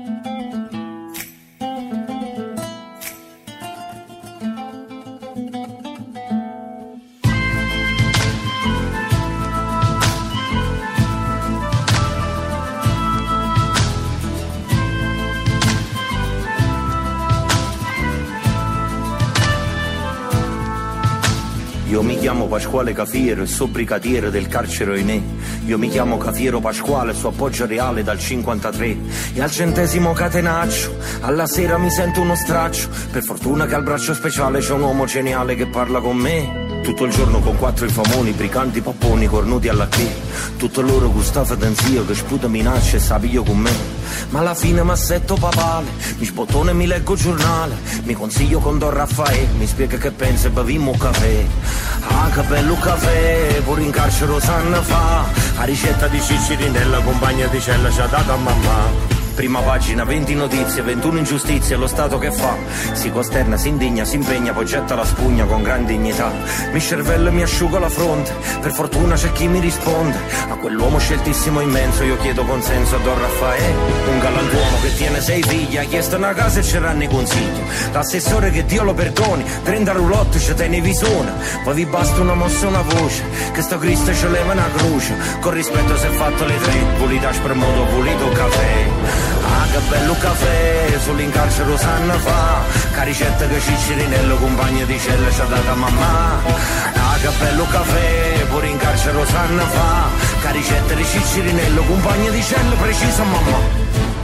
Io mi chiamo Pasquale Cafiero e so brigadiere del carcere Oinè. Io mi chiamo Cafiero Pasquale, so appoggio reale dal 53. E al 100° catenaccio, alla sera mi sento uno straccio. Per fortuna che al braccio speciale c'è un uomo geniale che parla con me. Tutto il giorno con 4 infamoni, briganti, popponi, cornuti alla che. Tutto loro Gustavo D'Anzio che sputa minacce e sapiglio con me. Ma alla fine m'assetto papale, mi sbottone e mi leggo giornale. Mi consiglio con Don Raffaele, mi spiega che pensa e bevimmo un caffè. Ah, che bello caffè, pure in carcere sanno fa. A ricetta di Ciccirinella, compagna di cella ci ha dato a mamma. Prima pagina, 20 notizie, 21 ingiustizie, lo Stato che fa? Si costerna, si indigna, si impegna, poi getta la spugna con gran dignità. Mi cervello e mi asciugo la fronte, per fortuna c'è chi mi risponde. A quell'uomo sceltissimo immenso io chiedo consenso a Don Raffaele. Un galantuomo che tiene 6 figli, ha chiesto una casa e c'erano i consigli. L'assessore che Dio lo perdoni, 30 roulotte ci tiene visona. Poi vi basta una mossa e una voce, che sto Cristo ci leva una croce. Con rispetto si è fatto le 3, volita spremuto, volito caffè. Ah, che bello caffè, solo in carcere sanno fa. Che ricetta che Ciccirinello, compagno di cella, ci ha data mamma. Ah, che bello caffè, pure in carcere lo sanno fa, caricette di Ciccirinello, compagno di cella precisa mamma.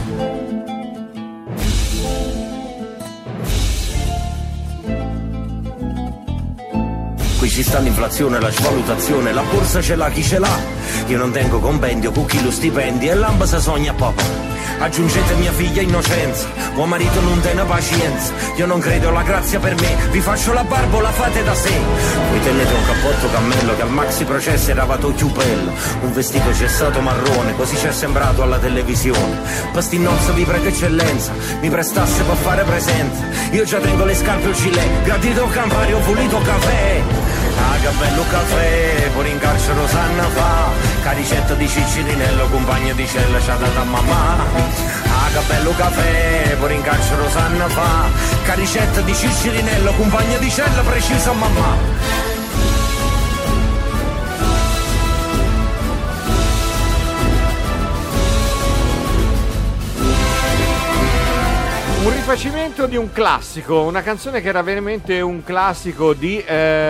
Qui ci sta l'inflazione, la svalutazione, la borsa ce l'ha chi ce l'ha. Io non tengo compendio, con chi lo stipendio e l'amba se sogna papà. Aggiungete mia figlia innocenza, tuo marito non tiene pazienza. Io non credo alla grazia per me, vi faccio la barba, la fate da sé. Voi tenete un cappotto cammello che al maxi processo eravate chiupello, un vestito cessato marrone, così ci è sembrato alla televisione. Pastinnozzo vi prego eccellenza, mi prestasse per fare presenza. Io già tengo le scarpe o gilet, gradito campari o pulito caffè. Ah, che bello caffè, pure in carcere lo sanno fa, caricetta di Ciccirinello, compagno di cella c'ha data a mamma. Ah, che bello caffè, pure in carcere lo sanno fa, caricetta di Ciccirinello, compagno di cella precisa mamma. Un rifacimento di un classico, una canzone che era veramente un classico di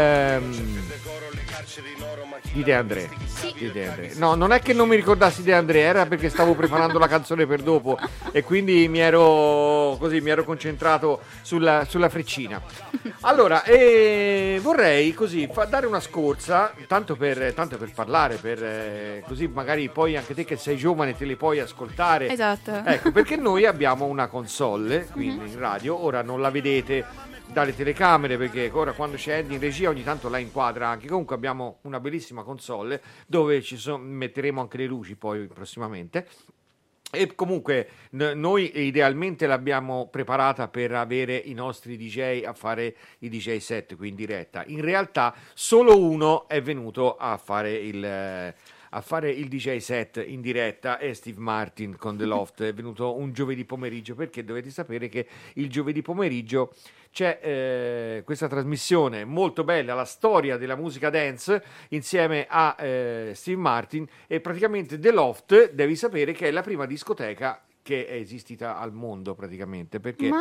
De André. Sì. Di De André. No, non è che non mi ricordassi De André, era perché stavo preparando la canzone per dopo e quindi mi ero concentrato sulla freccina. Allora, vorrei così dare una scorsa, tanto per parlare, così magari poi anche te che sei giovane te le puoi ascoltare. Esatto. Ecco, perché noi abbiamo una console, quindi in radio, ora non la vedete dalle telecamere perché ora quando c'è Andy in regia ogni tanto la inquadra anche. Comunque abbiamo una bellissima console dove metteremo anche le luci poi prossimamente. E comunque noi idealmente l'abbiamo preparata per avere i nostri DJ a fare i DJ set qui in diretta. In realtà solo uno è venuto a fare il DJ set in diretta, è Steve Martin con The Loft. È venuto un giovedì pomeriggio perché dovete sapere che il giovedì pomeriggio c'è questa trasmissione molto bella, la storia della musica dance, insieme a Steve Martin, e praticamente The Loft devi sapere che è la prima discoteca che è esistita al mondo praticamente, perché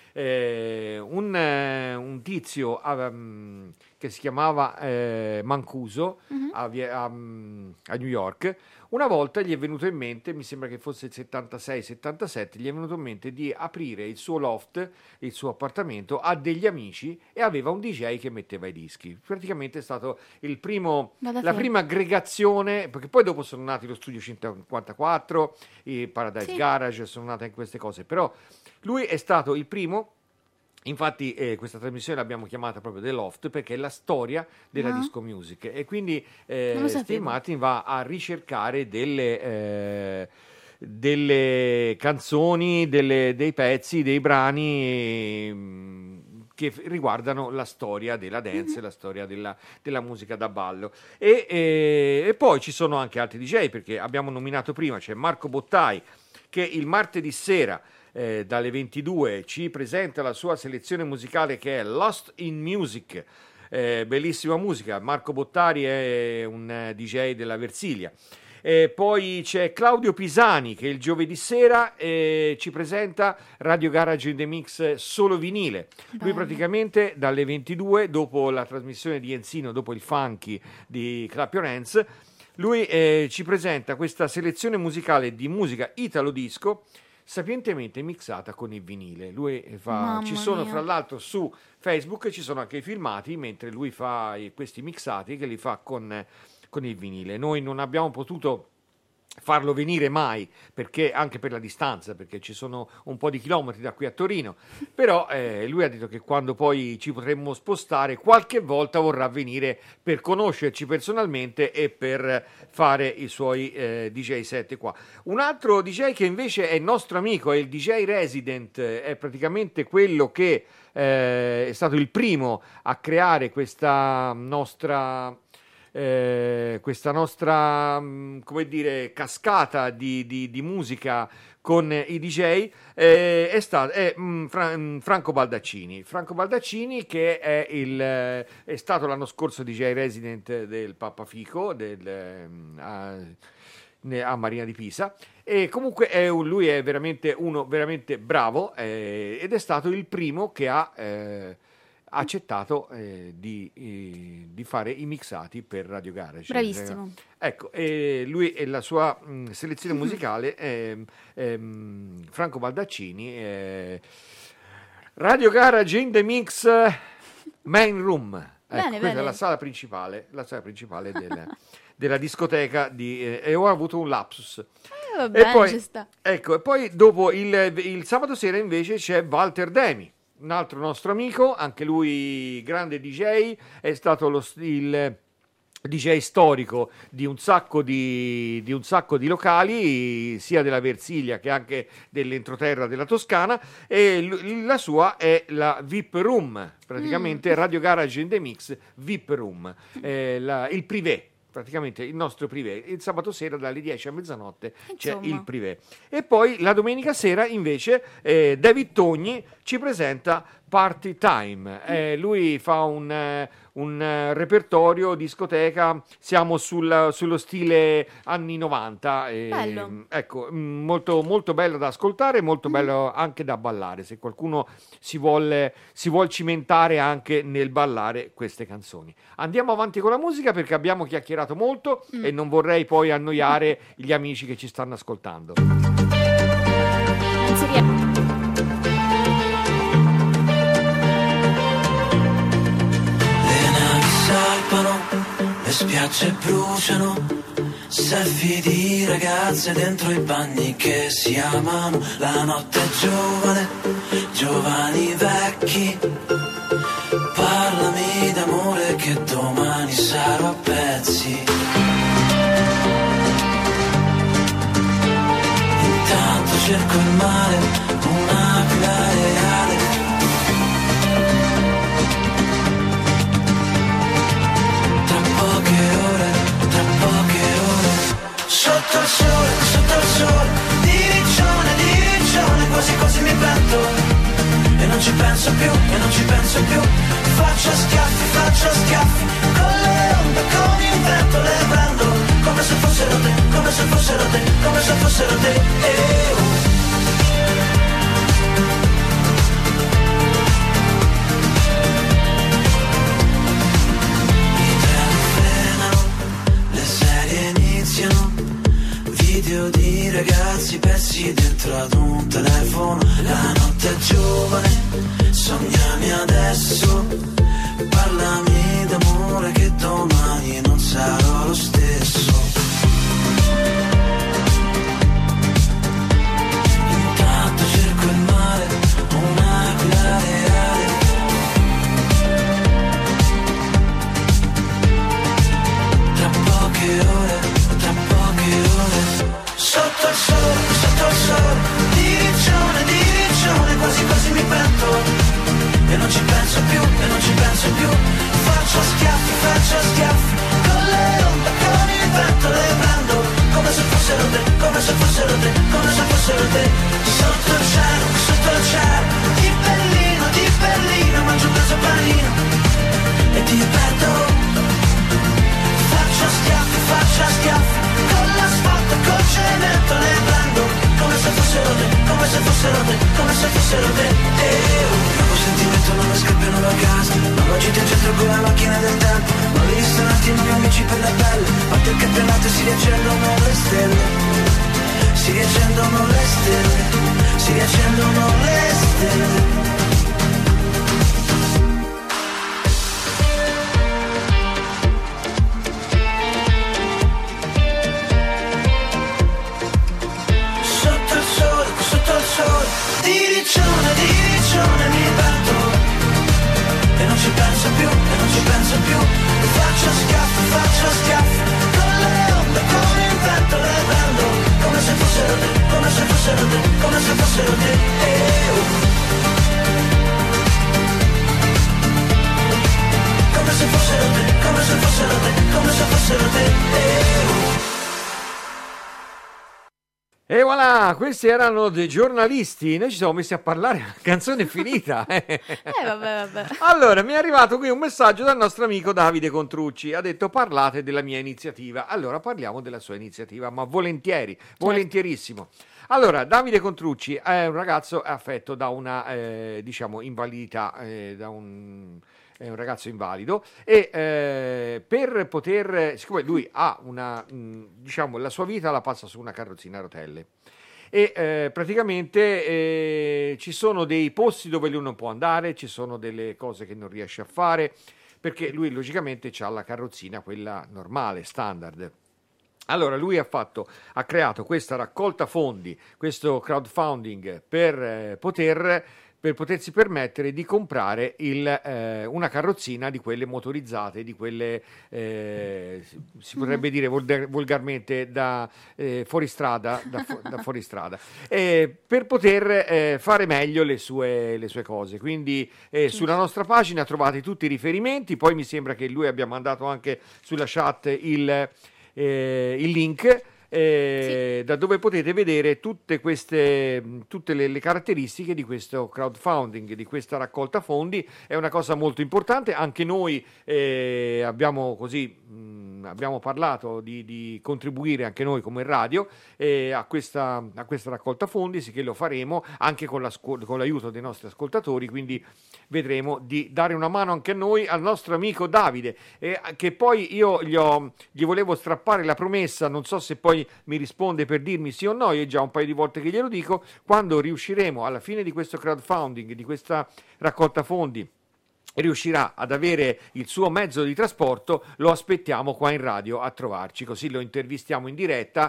un tizio che si chiamava Mancuso a New York, una volta gli è venuto in mente, mi sembra che fosse il 76-77, gli è venuto in mente di aprire il suo loft, il suo appartamento, a degli amici, e aveva un DJ che metteva i dischi. Praticamente è stato la prima aggregazione, perché poi dopo sono nati lo Studio 54, i Paradise Garage, sono nate anche queste cose, però lui è stato il primo. Infatti questa trasmissione l'abbiamo chiamata proprio The Loft perché è la storia della disco music, e quindi Steve Martin va a ricercare delle canzoni, dei pezzi, dei brani che riguardano la storia della dance, la storia della musica da ballo. E poi ci sono anche altri DJ, perché abbiamo nominato prima, c'è Marco Bottai che il martedì sera dalle 22 ci presenta la sua selezione musicale che è Lost in Music, bellissima musica. Marco Bottari è un DJ della Versilia. Poi c'è Claudio Pisani che il giovedì sera ci presenta Radio Garage in the Mix solo vinile. Lui praticamente dalle 22, dopo la trasmissione di Enzino, dopo il funky di Clap Your Hands, lui ci presenta questa selezione musicale di musica italo disco sapientemente mixata con il vinile. Lui ci sono fra l'altro su Facebook, ci sono anche i filmati mentre lui fa questi mixati che li fa con il vinile. Noi non abbiamo potuto farlo venire mai, perché anche per la distanza, perché ci sono un po' di chilometri da qui a Torino, però lui ha detto che quando poi ci potremmo spostare qualche volta vorrà venire per conoscerci personalmente e per fare i suoi DJ set qua. Un altro DJ che invece è nostro amico è il DJ Resident, è praticamente quello che è stato il primo a creare questa nostra come dire cascata di musica con i DJ, è Franco Baldaccini. Franco Baldaccini che è stato l'anno scorso DJ Resident del Papa Fico a Marina di Pisa, e comunque lui è veramente uno veramente bravo, ed è stato il primo che ha ha accettato di fare i mixati per Radio Garage. Bravissimo. Ecco, lui e la sua selezione musicale, Franco Baldaccini, Radio Garage in the Mix Main Room. Ecco, Bene, questa è la sala principale della discoteca e ho avuto un lapsus. Vabbè, poi, ci sta. ecco, e poi dopo il sabato sera invece c'è Walter Demi, un altro nostro amico, anche lui grande DJ, è stato il DJ storico di un sacco di locali, sia della Versilia che anche dell'entroterra della Toscana, e la sua è la VIP Room, praticamente Radio Garage in the Mix VIP Room, il privé. Praticamente il nostro privé, il sabato sera dalle 10 a mezzanotte c'è il privé. E poi la domenica sera invece David Togni ci presenta Party Time. Lui fa un repertorio discoteca, siamo sullo stile anni 90. Bello. Ecco, molto, molto bello da ascoltare, molto bello anche da ballare, se qualcuno si vuol cimentare anche nel ballare queste canzoni. Andiamo avanti con la musica perché abbiamo chiacchierato molto e non vorrei poi annoiare gli amici che ci stanno ascoltando. Le spiagge bruciano, selfie di ragazze dentro i bagni che si amano. La notte è giovane, giovani vecchi. Parlami d'amore che domani sarò a pezzi. Intanto cerco il mare, un'aquila reale. Sotto il sole, diriccione, quasi quasi mi pento. E non ci penso più, faccio schiaffi, con le onde, con il vento le prendo, come se fossero te, come se fossero te, come se fossero te. I treni frenano, le serie iniziano. Video di ragazzi persi dentro ad un telefono. La notte è giovane, sognami adesso. Parlami d'amore che domani non sarò lo stesso. Intanto cerco il mare, un'aquila reale. Tra poche ore, sotto il sole, diriccione, quasi quasi mi pento. E non ci penso più, faccio schiaffi, con le onde, con il vento le prendo, come se fossero te, come se fossero te, come se fossero te. Sotto il cielo, di Berlino, mangio un pezzo panino e ti perdo. Faccio schiaffi, con l'asfalto, col cemento le prendo, come se fossero te, come se fossero te, come se fossero te. Nuovo sentimento, non mi scappiano da casa, non ho gita in centro con la macchina del tempo, non li ristoranti, non gli amici per la pelle, parte il campionato e si riaccendono le stelle, si riaccendono le stelle, si riaccendono le stelle. Diriccione mi perdo. E non ci penso più, faccio schiaffi, con le onde, con il vento le prendo, come se fossero te, come se fossero te, come se fossero te. Come se fossero te, come se fossero te, come se fossero te. E voilà, questi erano dei giornalisti, noi ci siamo messi a parlare, la canzone è finita. Vabbè. Allora, mi è arrivato qui un messaggio dal nostro amico Davide Contrucci, ha detto parlate della mia iniziativa. Allora parliamo della sua iniziativa, ma volentieri, volentierissimo. Allora, Davide Contrucci è un ragazzo affetto da una, diciamo, invalidità, è un ragazzo invalido e per poter, siccome lui ha una, diciamo, la sua vita la passa su una carrozzina a rotelle e praticamente ci sono dei posti dove lui non può andare, ci sono delle cose che non riesce a fare, perché lui logicamente ha la carrozzina, quella normale, standard. Allora lui ha creato questa raccolta fondi, questo crowdfunding per potersi permettere di comprare una carrozzina di quelle motorizzate, di quelle si potrebbe dire volgarmente da fuoristrada, da fuoristrada, per poter fare meglio le sue cose. Quindi sulla nostra pagina trovate tutti i riferimenti, poi mi sembra che lui abbia mandato anche sulla chat il link da dove potete vedere tutte le caratteristiche di questo crowdfunding, di questa raccolta fondi. È una cosa molto importante. Anche noi abbiamo parlato di contribuire anche noi come radio a questa raccolta fondi, sì, che lo faremo anche con l'aiuto dei nostri ascoltatori, quindi vedremo di dare una mano anche noi al nostro amico Davide, che poi io gli volevo strappare la promessa, non so se poi mi risponde per dirmi sì o no, io già un paio di volte che glielo dico, quando riusciremo alla fine di questo crowdfunding, di questa raccolta fondi, riuscirà ad avere il suo mezzo di trasporto, lo aspettiamo qua in radio a trovarci, così lo intervistiamo in diretta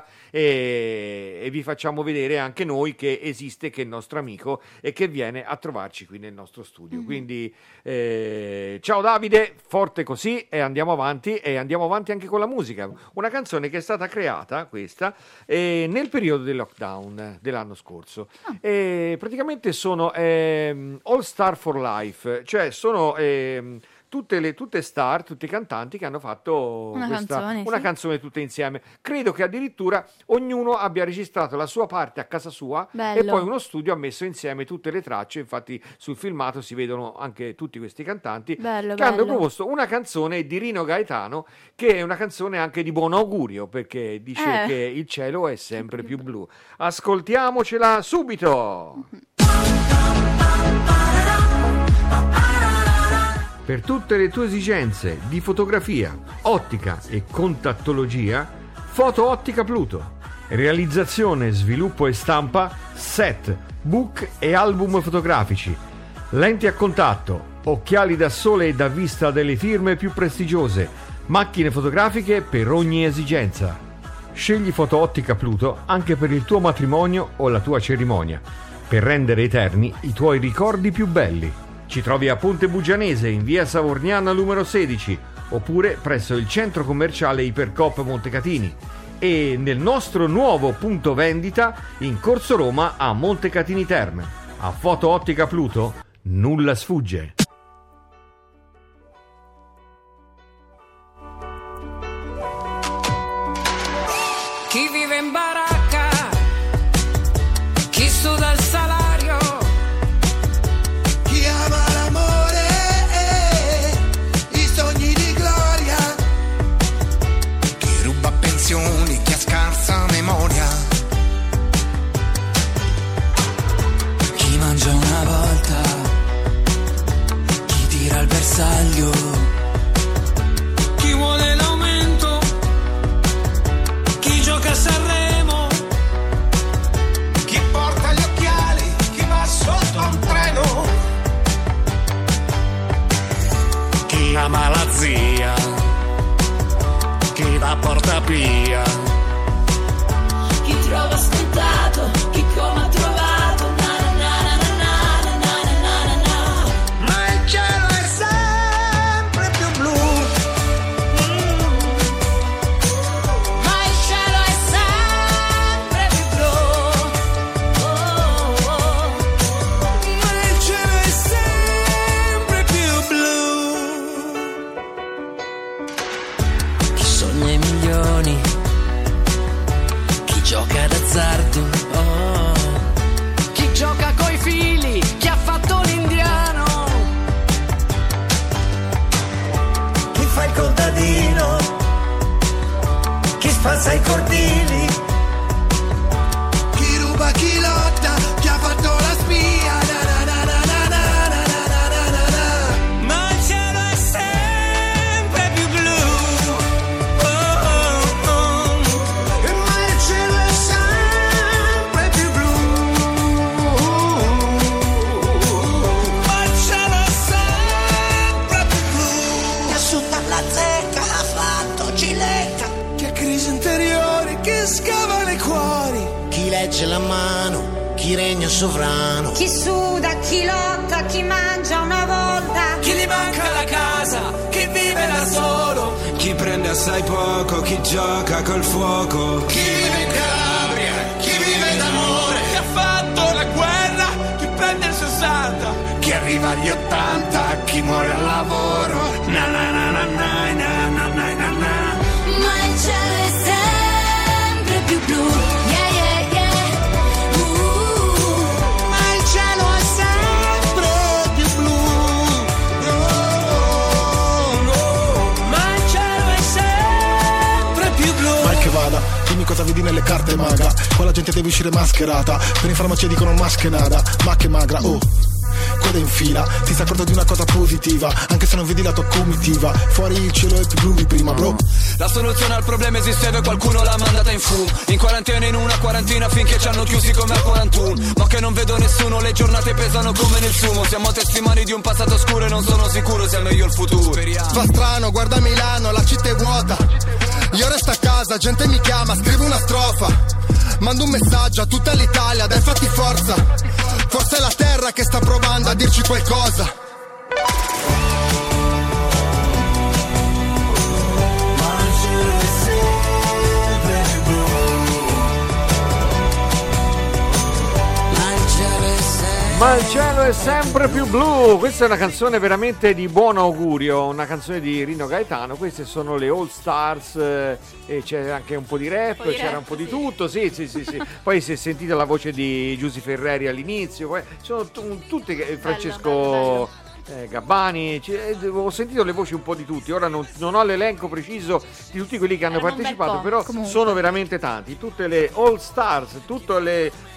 e vi facciamo vedere anche noi che esiste, che è il nostro amico e che viene a trovarci qui nel nostro studio. Quindi ciao Davide, forte così, e andiamo avanti anche con la musica. Una canzone che è stata creata, questa, nel periodo del lockdown dell'anno scorso. Praticamente sono All Star for Life, cioè sono tutte star, tutti cantanti che hanno fatto una canzone tutte insieme. Credo che addirittura ognuno abbia registrato la sua parte a casa sua. Bello. E poi uno studio ha messo insieme tutte le tracce. Infatti sul filmato si vedono anche tutti questi cantanti hanno proposto una canzone di Rino Gaetano, che è una canzone anche di buon augurio, perché dice che il cielo è sempre più blu. Ascoltiamocela subito. Per tutte le tue esigenze di fotografia, ottica e contattologia, Foto Ottica Pluto. Realizzazione, sviluppo e stampa, set, book e album fotografici. Lenti a contatto, occhiali da sole e da vista delle firme più prestigiose, macchine fotografiche per ogni esigenza. Scegli Foto Ottica Pluto anche per il tuo matrimonio o la tua cerimonia, per rendere eterni i tuoi ricordi più belli. Ci trovi a Ponte Bugianese in via Savorniana numero 16 oppure presso il centro commerciale Ipercoop Montecatini e nel nostro nuovo punto vendita in Corso Roma a Montecatini Terme. A Foto Ottica Pluto nulla sfugge. Chi vive in baracca, chi suda il salario, chi ama l'amore e i sogni di gloria, chi ruba pensioni, chi ha scarsa memoria, chi mangia una volta, chi tira il bersaglio, chi vuole l'aumento, chi gioca a Sanremo, chi porta gli occhiali, chi va sotto un treno, chi ama la zia, chi la porta via, chi trova scontato, chi come ha trovato, na na na na na na na na na. Ma il cielo è sempre più blu. Ma il cielo è sempre più blu. Ma il cielo è sempre più blu. Chi sogna i milioni, chi gioca d'azzardo, chi gioca coi figli, chi ha fatto l'indiano, chi fa il contadino, chi spazza i cortili, chi ruba scava nei cuori. Chi legge la mano, chi regna sovrano. Chi suda, chi lotta, chi mangia una volta. Chi gli manca la casa, chi vive da solo. Chi prende assai poco, chi gioca col fuoco. Chi vive in Calabria, chi vive d'amore. Chi ha fatto la guerra, chi prende il 60. Chi arriva agli 80, chi muore al lavoro. Na na na na na na na na na na. Ma il cielo è sempre più blu. Yeah, yeah, yeah. Ma il cielo è sempre più blu. Ma il cielo è sempre più blu. Vai che vada, dimmi cosa vedi nelle carte maga. Qua la gente deve uscire mascherata. Per in farmacia dicono mascherata, ma che magra, oh. Coda in fila, ti sei accorto di una cosa positiva, anche se non vedi la tua comitiva. Fuori il cielo è più blu di prima, bro. La soluzione al problema esisteva e qualcuno l'ha mandata in fumo. In quarantena, in una quarantina, finché ci hanno chiusi come al 41. Ma che non vedo nessuno, le giornate pesano come nel sumo. Siamo testimoni di un passato oscuro e non sono sicuro sia meglio il futuro. Fa strano, guarda Milano, la città è vuota. Io resto a casa, gente mi chiama, scrivo una strofa. Mando un messaggio a tutta l'Italia, dai fatti forza. Forse è la terra che sta provando a dirci qualcosa. Ma il cielo è sempre più blu. Questa è una canzone veramente di buon augurio, una canzone di Rino Gaetano. Queste sono le All Stars, e c'è anche un po' di rap, c'era un po' di tutto, sì. Poi si è sentita la voce di Giusy Ferreri all'inizio, poi sono tutti Francesco Gabbani, ho sentito le voci un po' di tutti. Ora non ho l'elenco preciso di tutti quelli che hanno partecipato, però comunque sono veramente tanti. Tutte le All Stars, tutte le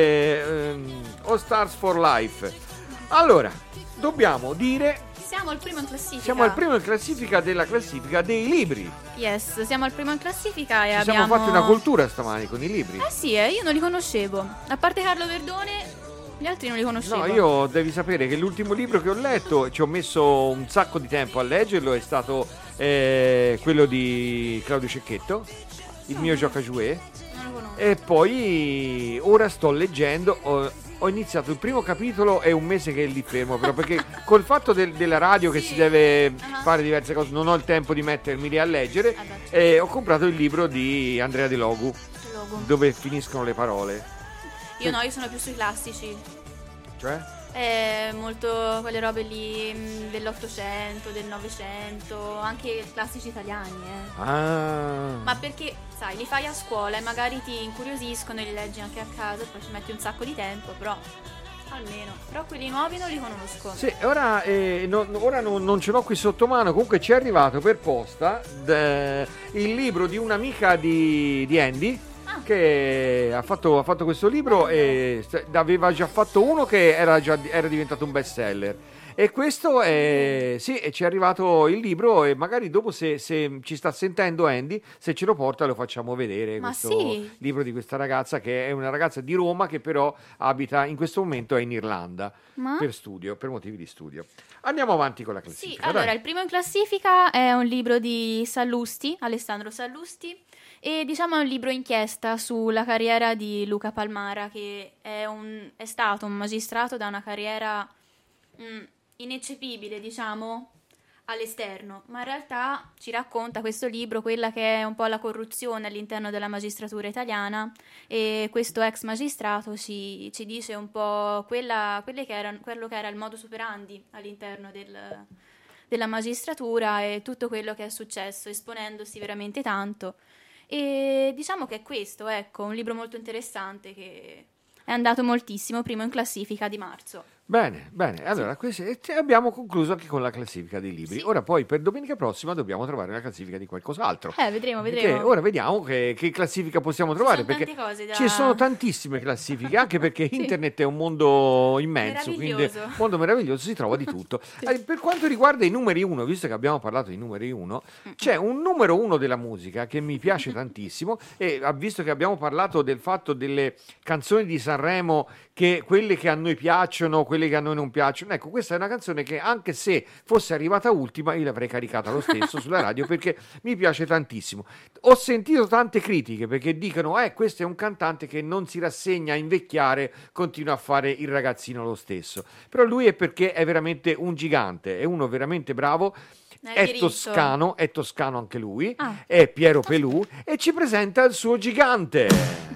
All Stars for Life. Allora, dobbiamo dire siamo al primo in classifica. Siamo al primo in classifica della classifica dei libri. Yes, siamo al primo in classifica e siamo fatti una cultura stamani con i libri. Sì, io non li conoscevo. A parte Carlo Verdone, gli altri non li conoscevo. No, io devi sapere che l'ultimo libro che ho letto, ci ho messo un sacco di tempo a leggerlo, è stato quello di Claudio Cecchetto, Il mio gioca jouet. E poi ora sto leggendo, ho iniziato il primo capitolo, è un mese che è lì fermo, però perché col fatto della radio che si deve fare diverse cose non ho il tempo di mettermi lì a leggere, e ho comprato il libro di Andrea De Logu, dove finiscono le parole. Io no, io sono più sui classici. Cioè? Molto quelle robe lì dell'800, del 900, anche classici italiani. Ma perché, sai, li fai a scuola e magari ti incuriosiscono e li leggi anche a casa e poi ci metti un sacco di tempo, però almeno. Però quelli nuovi non li conosco. Sì, ora non ce l'ho qui sotto mano, comunque ci è arrivato per posta il libro di un'amica di Andy, che ha fatto questo libro e aveva già fatto uno che era diventato un best seller, e questo e ci è arrivato il libro, e magari dopo se ci sta sentendo Andy, se ce lo porta lo facciamo vedere. Libro di questa ragazza, che è una ragazza di Roma che però abita in questo momento in Irlanda per motivi di studio. Andiamo avanti con la classifica. Sì, allora il primo in classifica è un libro di Sallusti, Alessandro Sallusti. E diciamo è un libro inchiesta sulla carriera di Luca Palmara, che è stato un magistrato da una carriera ineccepibile, diciamo, all'esterno, ma in realtà ci racconta questo libro quella che è un po' la corruzione all'interno della magistratura italiana, e questo ex magistrato ci dice un po' quello che era il modus operandi all'interno della magistratura e tutto quello che è successo, esponendosi veramente tanto. E diciamo che è questo, ecco, un libro molto interessante che è andato moltissimo, primo in classifica di marzo. Bene, allora abbiamo concluso anche con la classifica dei libri. Ora poi per domenica prossima dobbiamo trovare la classifica di qualcos'altro. Vedremo. Ora vediamo che classifica possiamo trovare, perché ci sono tantissime classifiche, anche perché internet è un mondo immenso, quindi un mondo meraviglioso, si trova di tutto. Per quanto riguarda i numeri 1, visto che abbiamo parlato di numeri 1, c'è un numero 1 della musica che mi piace tantissimo, e visto che abbiamo parlato del fatto delle canzoni di Sanremo, che quelle che a noi piacciono, quelle che a noi non piacciono. Ecco, questa è una canzone che anche se fosse arrivata ultima io l'avrei caricata lo stesso sulla radio perché mi piace tantissimo. Ho sentito tante critiche perché dicono questo è un cantante che non si rassegna a invecchiare, continua a fare il ragazzino lo stesso. Però lui è perché è veramente un gigante, è uno veramente bravo. È toscano anche lui, è Piero Pelù e ci presenta il suo gigante.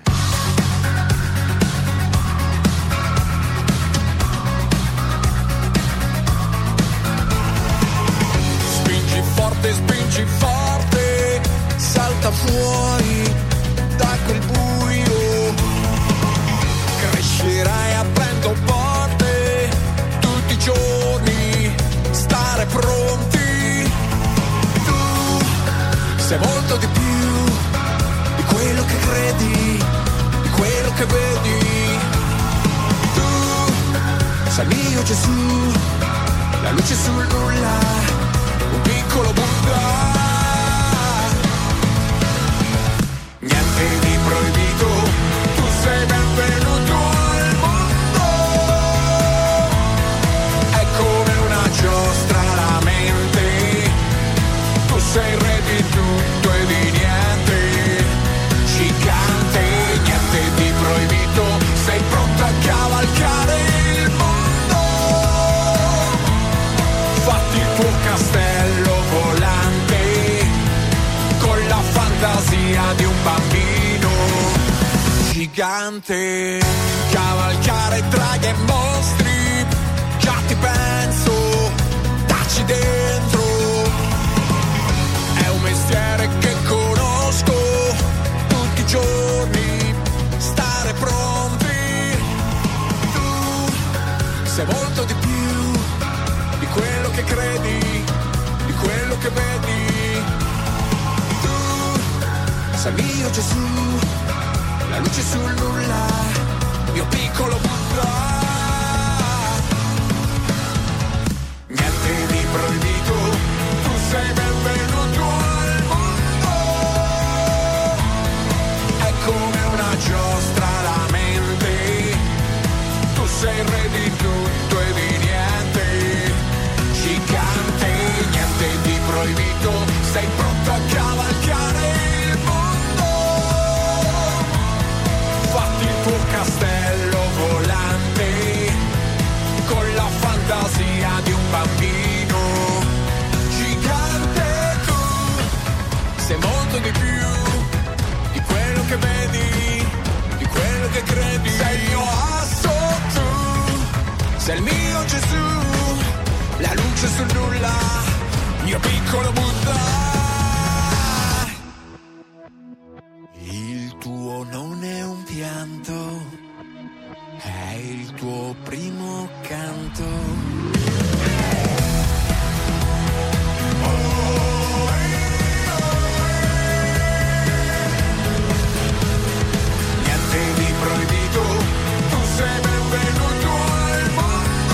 Spingi forte, salta fuori da quel buio, crescerai aprendo porte tutti i giorni, stare pronti. Sei molto di più di quello che credi, di quello che vedi. Tu sei il mio Gesù, la luce sul nulla, un piccolo Buddha. Niente di proibito, tu sei benvenuto al mondo. È come una giostra la mente, tu sei il re di tutto e di niente, gigante, niente di proibito, sei pronto a cavalcare il mondo, fatti il tuo castello volante, con la fantasia di un bambino, gigante, cavalcare draghi e mostri, già ti penso, dacci dentro. Mestiere che conosco tutti i giorni, stare pronti. Tu sei molto di più di quello che credi, di quello che vedi. Tu sei mio Gesù, la luce sul nulla, mio piccolo Buddha. Niente di proibito, tu sei benvenuto. Come una giostra la mente, tu sei il re di tutto e di niente, gigante, niente di proibito, sei pronto a cavalcare il mondo, fatti il tuo castello volante, con la fantasia di un bambino, gigante, tu sei molto di più che vedi, di quello che credi, sei il mio asso tu, sei il mio Gesù, la luce sul nulla, mio piccolo Buddha. Il tuo non è un pianto, è il tuo primo canto. Proibito, tu sei benvenuto al mondo,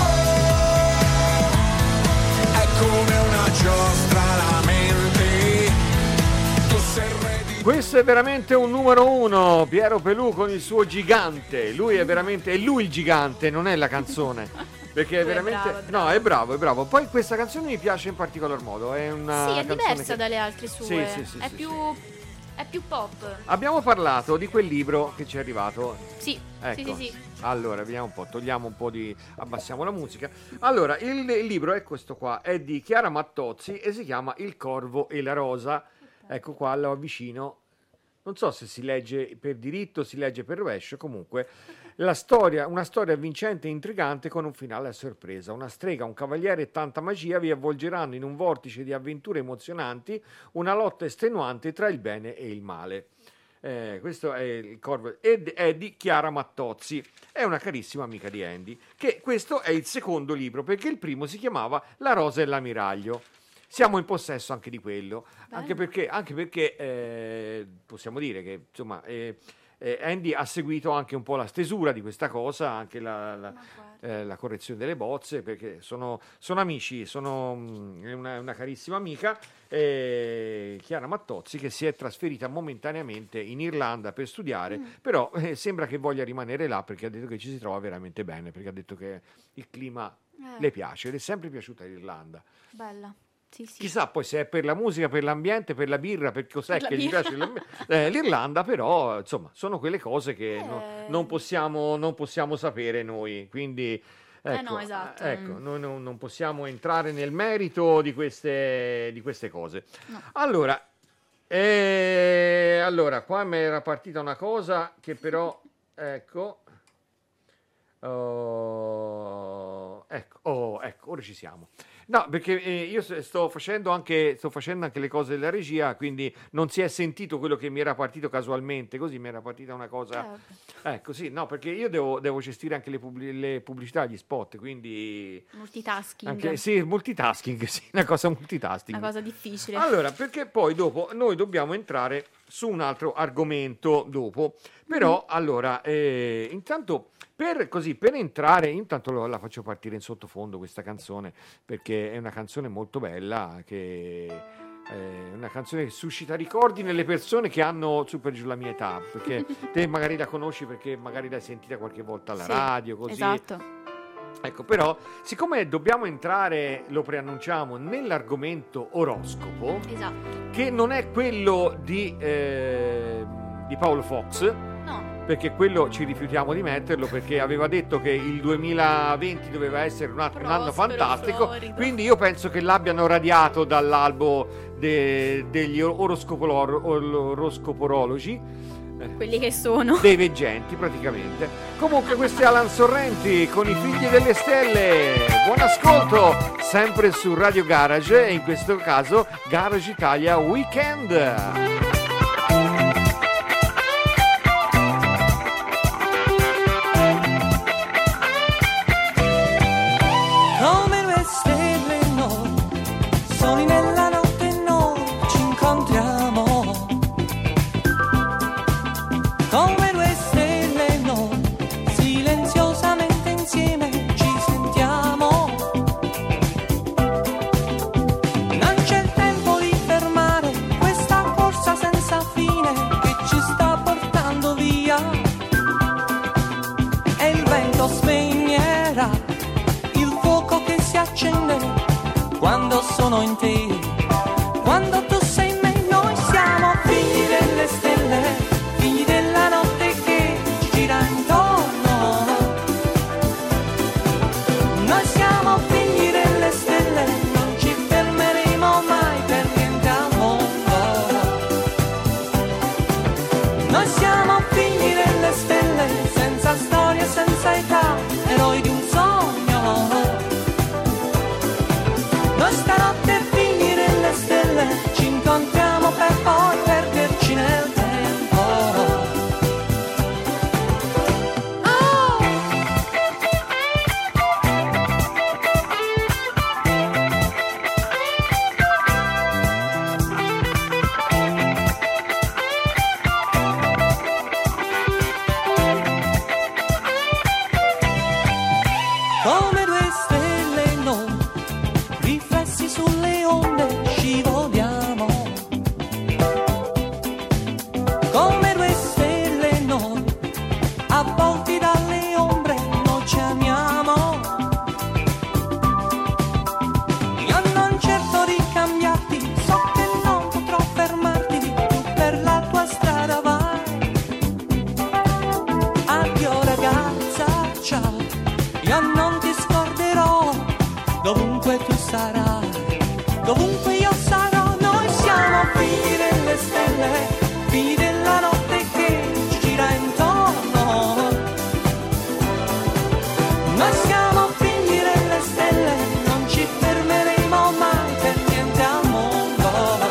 è come una giostra la mente, tu sei ready. Questo è veramente un numero uno, Piero Pelù con il suo gigante, lui è veramente, è lui il gigante, non è la canzone. Perché è veramente. No, è bravo. Poi questa canzone mi piace in particolar modo. È una. Sì, è diversa dalle altre sue. Sì, è più. È più pop. Abbiamo parlato di quel libro che ci è arrivato. Sì, ecco. sì. Allora, vediamo un po', togliamo un po' di. Abbassiamo la musica. Allora, il libro è questo qua, è di Chiara Mattozzi e si chiama Il Corvo e la Rosa. Ecco qua, lo avvicino. Non so se si legge per diritto, si legge per rovescio, comunque. Una storia vincente e intrigante con un finale a sorpresa. Una strega, un cavaliere e tanta magia vi avvolgeranno in un vortice di avventure emozionanti, una lotta estenuante tra il bene e il male. Questo è Il Corvo ed è di Chiara Mattozzi, è una carissima amica di Andy, che questo è il secondo libro, perché il primo si chiamava La Rosa e l'Ammiraglio. Siamo in possesso anche di quello, anche perché possiamo dire che insomma Andy ha seguito anche un po' la stesura di questa cosa, anche la correzione delle bozze, perché sono amici, sono una carissima amica, Chiara Mattozzi, che si è trasferita momentaneamente in Irlanda per studiare, però sembra che voglia rimanere là, perché ha detto che ci si trova veramente bene, perché ha detto che il clima le piace, le è sempre piaciuta l'Irlanda. Bella. Sì. Chissà poi se è per la musica, per l'ambiente, per la birra, per cos'è Per che la gli piace l'Irlanda, però insomma sono quelle cose che non possiamo sapere noi, quindi ecco, no, esatto. ecco, noi non possiamo entrare nel merito di queste cose. No. Allora, qua mi era partita una cosa che però ecco, ora ci siamo. No, perché io sto facendo anche le cose della regia, quindi non si è sentito quello che mi era partito casualmente, così mi era partita una cosa. Ecco, sì, no, perché io devo gestire anche le pubblicità, gli spot, quindi multitasking. Sì, multitasking, sì, una cosa multitasking. Una cosa difficile. Allora, perché poi dopo noi dobbiamo entrare su un altro argomento dopo, però allora intanto per entrare, intanto la faccio partire in sottofondo questa canzone, perché è una canzone molto bella, che è una canzone che suscita ricordi nelle persone che hanno su per giù la mia età, perché te magari la conosci perché magari l'hai sentita qualche volta alla radio, così. Esatto. Ecco, però, siccome dobbiamo entrare, lo preannunciamo, nell'argomento oroscopo, esatto, che non è quello di Paolo Fox, perché quello ci rifiutiamo di metterlo, perché aveva detto che il 2020 doveva essere un anno fantastico, florido. Quindi io penso che l'abbiano radiato dall'albo degli oroscoporologi, quelli che sono dei veggenti praticamente. Comunque questo è Alan Sorrenti con I figli delle stelle. Buon ascolto, sempre su Radio Garage, e in questo caso Garage Italia Weekend. Come due stelle noi, soli nella notte noi ci incontriamo. Come due stelle noi, silenziosamente insieme ci sentiamo. Non c'è il tempo di fermare questa corsa senza fine che ci sta portando via. E il vento spegnerà che si accende quando sono in te, quando tu sei in me. Noi siamo figli delle stelle, figli della notte che ci gira intorno. Noi siamo figli delle stelle, non ci fermeremo mai per niente al mondo. Noi siamo figli delle stelle, senza storia, senza età, eroi di un sogno. Noi stanotte figli delle stelle ci incontriamo per poi perderci nel tempo. Oh! Come due stelle noi, riflessi sulle onde scivoliamo. Come due stelle noi, avvolti dalle ombre noi ci amiamo. Io non cerco di cambiarti, so che non potrò fermarti, tu per la tua strada vai. Addio ragazza, ciao, io non ti scorderò, dovunque tu sarai, dovunque io sarò. Noi siamo figli delle stelle, figli della notte che ci gira intorno. Noi siamo figli delle stelle, non ci fermeremo mai per niente al mondo.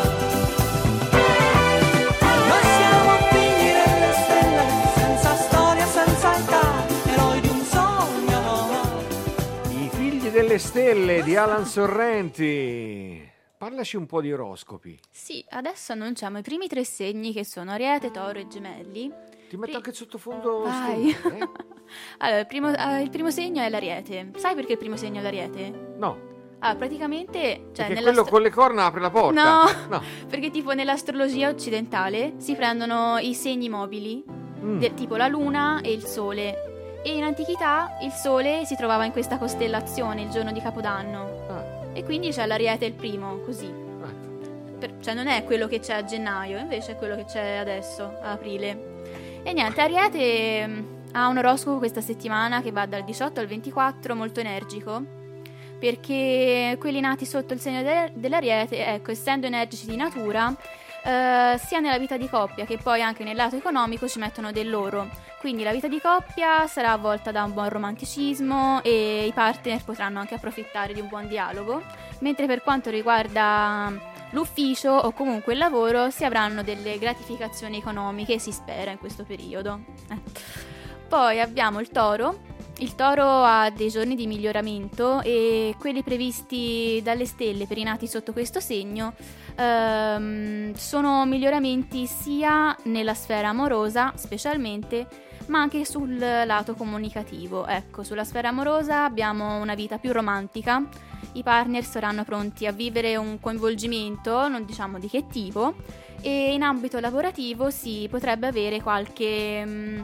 Noi siamo figli delle stelle, senza storia, senza età, eroi di un sogno. I figli delle stelle di Alan Sorrenti. Parlaci un po' di oroscopi. Sì, adesso annunciamo i primi 3 segni, che sono Ariete, Toro e Gemelli. Ti metto anche il sottofondo. Vai. Allora, il primo segno è l'Ariete. Sai perché il primo segno è l'Ariete? No. Praticamente, cioè, perché quello con le corna apre la porta. No, perché tipo nell'astrologia occidentale si prendono i segni mobili, tipo la Luna e il Sole. E in antichità il Sole si trovava in questa costellazione il giorno di Capodanno. E quindi c'è l'Ariete il primo, così. Cioè non è quello che c'è a gennaio, invece è quello che c'è adesso, a aprile. E niente, Ariete ha un oroscopo questa settimana che va dal 18 al 24, molto energico. Perché quelli nati sotto il segno dell'Ariete, ecco, essendo energici di natura, sia nella vita di coppia che poi anche nel lato economico ci mettono del loro. Quindi la vita di coppia sarà avvolta da un buon romanticismo e i partner potranno anche approfittare di un buon dialogo, mentre per quanto riguarda l'ufficio o comunque il lavoro si avranno delle gratificazioni economiche, si spera, in questo periodo. Poi abbiamo il Toro. Il Toro ha dei giorni di miglioramento e quelli previsti dalle stelle per i nati sotto questo segno sono miglioramenti sia nella sfera amorosa specialmente, ma anche sul lato comunicativo. Ecco, sulla sfera amorosa abbiamo una vita più romantica, i partner saranno pronti a vivere un coinvolgimento, non diciamo di che tipo, e in ambito lavorativo si potrebbe avere qualche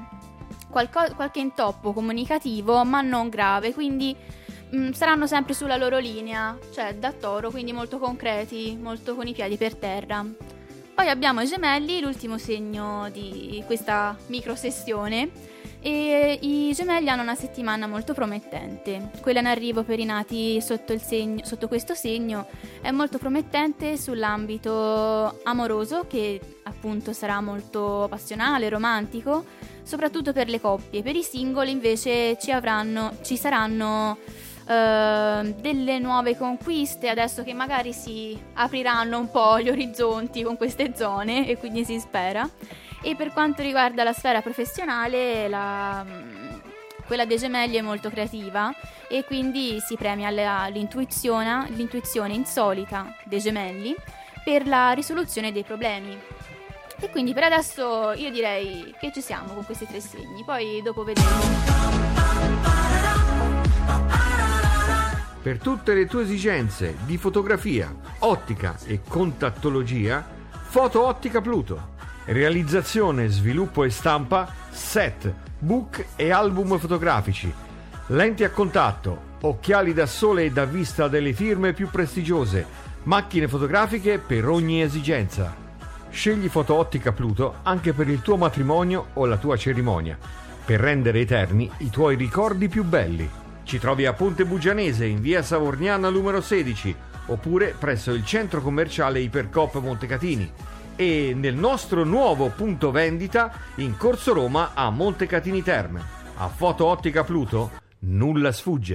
intoppo comunicativo, ma non grave, quindi saranno sempre sulla loro linea, cioè da Toro, quindi molto concreti, molto con i piedi per terra. Poi abbiamo i Gemelli, l'ultimo segno di questa microsessione, e i Gemelli hanno una settimana molto promettente. Quella in arrivo per i nati sotto questo segno è molto promettente sull'ambito amoroso, che appunto sarà molto passionale, romantico, soprattutto per le coppie. Per i singoli invece ci saranno delle nuove conquiste, adesso che magari si apriranno un po' gli orizzonti con queste zone, e quindi si spera. E per quanto riguarda la sfera professionale, quella dei Gemelli è molto creativa e quindi si premia l'intuizione insolita dei Gemelli per la risoluzione dei problemi. E quindi per adesso io direi che ci siamo con questi tre segni, poi dopo vedremo. Per tutte le tue esigenze di fotografia, ottica e contattologia, Foto Ottica Pluto. Realizzazione, sviluppo e stampa, set, book e album fotografici, lenti a contatto, occhiali da sole e da vista delle firme più prestigiose, macchine fotografiche per ogni esigenza. Scegli Foto Ottica Pluto anche per il tuo matrimonio o la tua cerimonia, per rendere eterni i tuoi ricordi più belli. Ci trovi a Ponte Bugianese in via Savorniana numero 16 oppure presso il centro commerciale Ipercoop Montecatini e nel nostro nuovo punto vendita in Corso Roma a Montecatini Terme. A Foto Ottica Pluto nulla sfugge.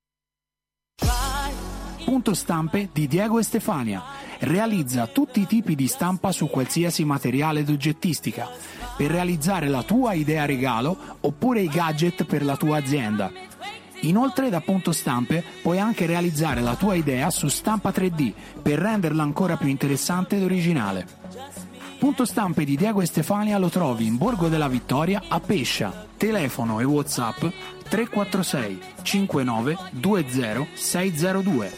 Punto Stampe di Diego e Stefania. Realizza tutti i tipi di stampa su qualsiasi materiale d'oggettistica per realizzare la tua idea regalo oppure i gadget per la tua azienda. Inoltre da Punto Stampe puoi anche realizzare la tua idea su stampa 3D per renderla ancora più interessante ed originale. Punto Stampe di Diego e Stefania lo trovi in Borgo della Vittoria a Pescia. Telefono e WhatsApp 346 59 20 602.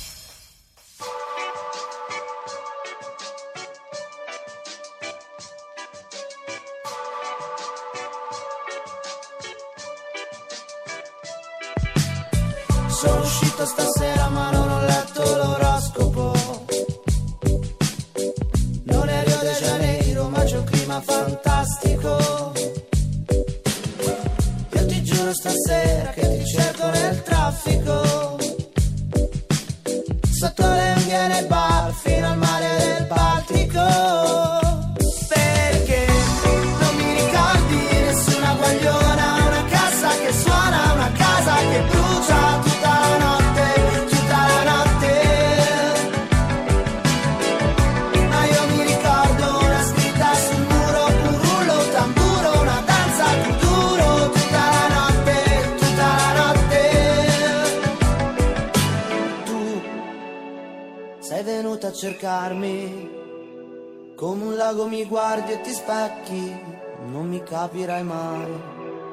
Sono uscito stasera ma non ho letto l'oroscopo. Non è Rio de Janeiro ma c'è un clima fantastico. Io ti giuro stasera che ti cerco nel traffico, sotto le unghie nei bar fino al mare del Baltico. Perché non mi ricordi nessuna guagliona, una casa che suona, una casa che brucia tutta la notte, tutta la notte. Ma io mi ricordo una scritta sul muro, un rullo, tamburo, una danza più duro, tutta la notte, tutta la notte. Tu sei venuta a cercarmi, come un lago mi guardi e ti specchi, non mi capirai mai.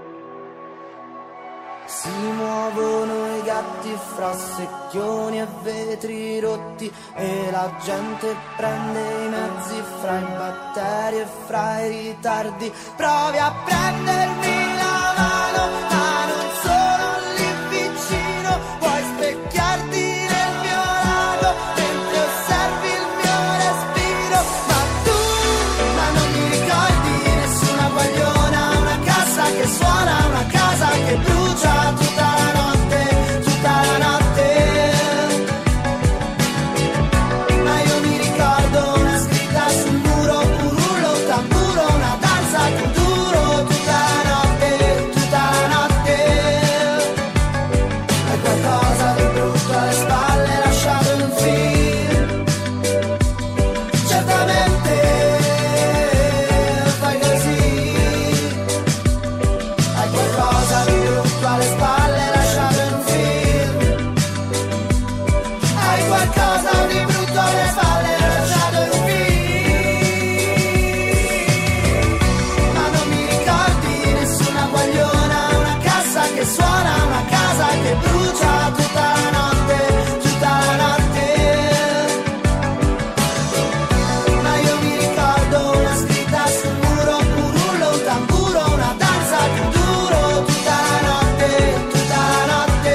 Si muovono i gatti fra secchioni e vetri rotti e la gente prende i mezzi fra i batteri e fra i ritardi. Provi a prendermi la mano, ma non sono lì vicino. Puoi specchiarti nel mio lago mentre osservi il mio respiro. Ma non mi ricordi nessuna guagliona, una casa che suona, una casa che brucia tutta la notte, tutta la notte. Ma io mi ricordo una scritta sul muro, un rullo, tamburo, una danza che duro tutta la notte, tutta la notte. È qualcosa di brutto alle spalle lasciato in un film. Certamente fai così. Hai qualcosa di brutto alle spalle lasciato in un film. Hai qualcosa di brutto alle spalle lasciato in un film. Ma non mi ricordi nessuna guagliona, una cassa che suona, una casa che brucia tutta la notte, tutta la notte. Ma io mi ricordo una scritta sul muro, un rullo, un tamburo, una danza che duro tutta la notte, tutta la notte.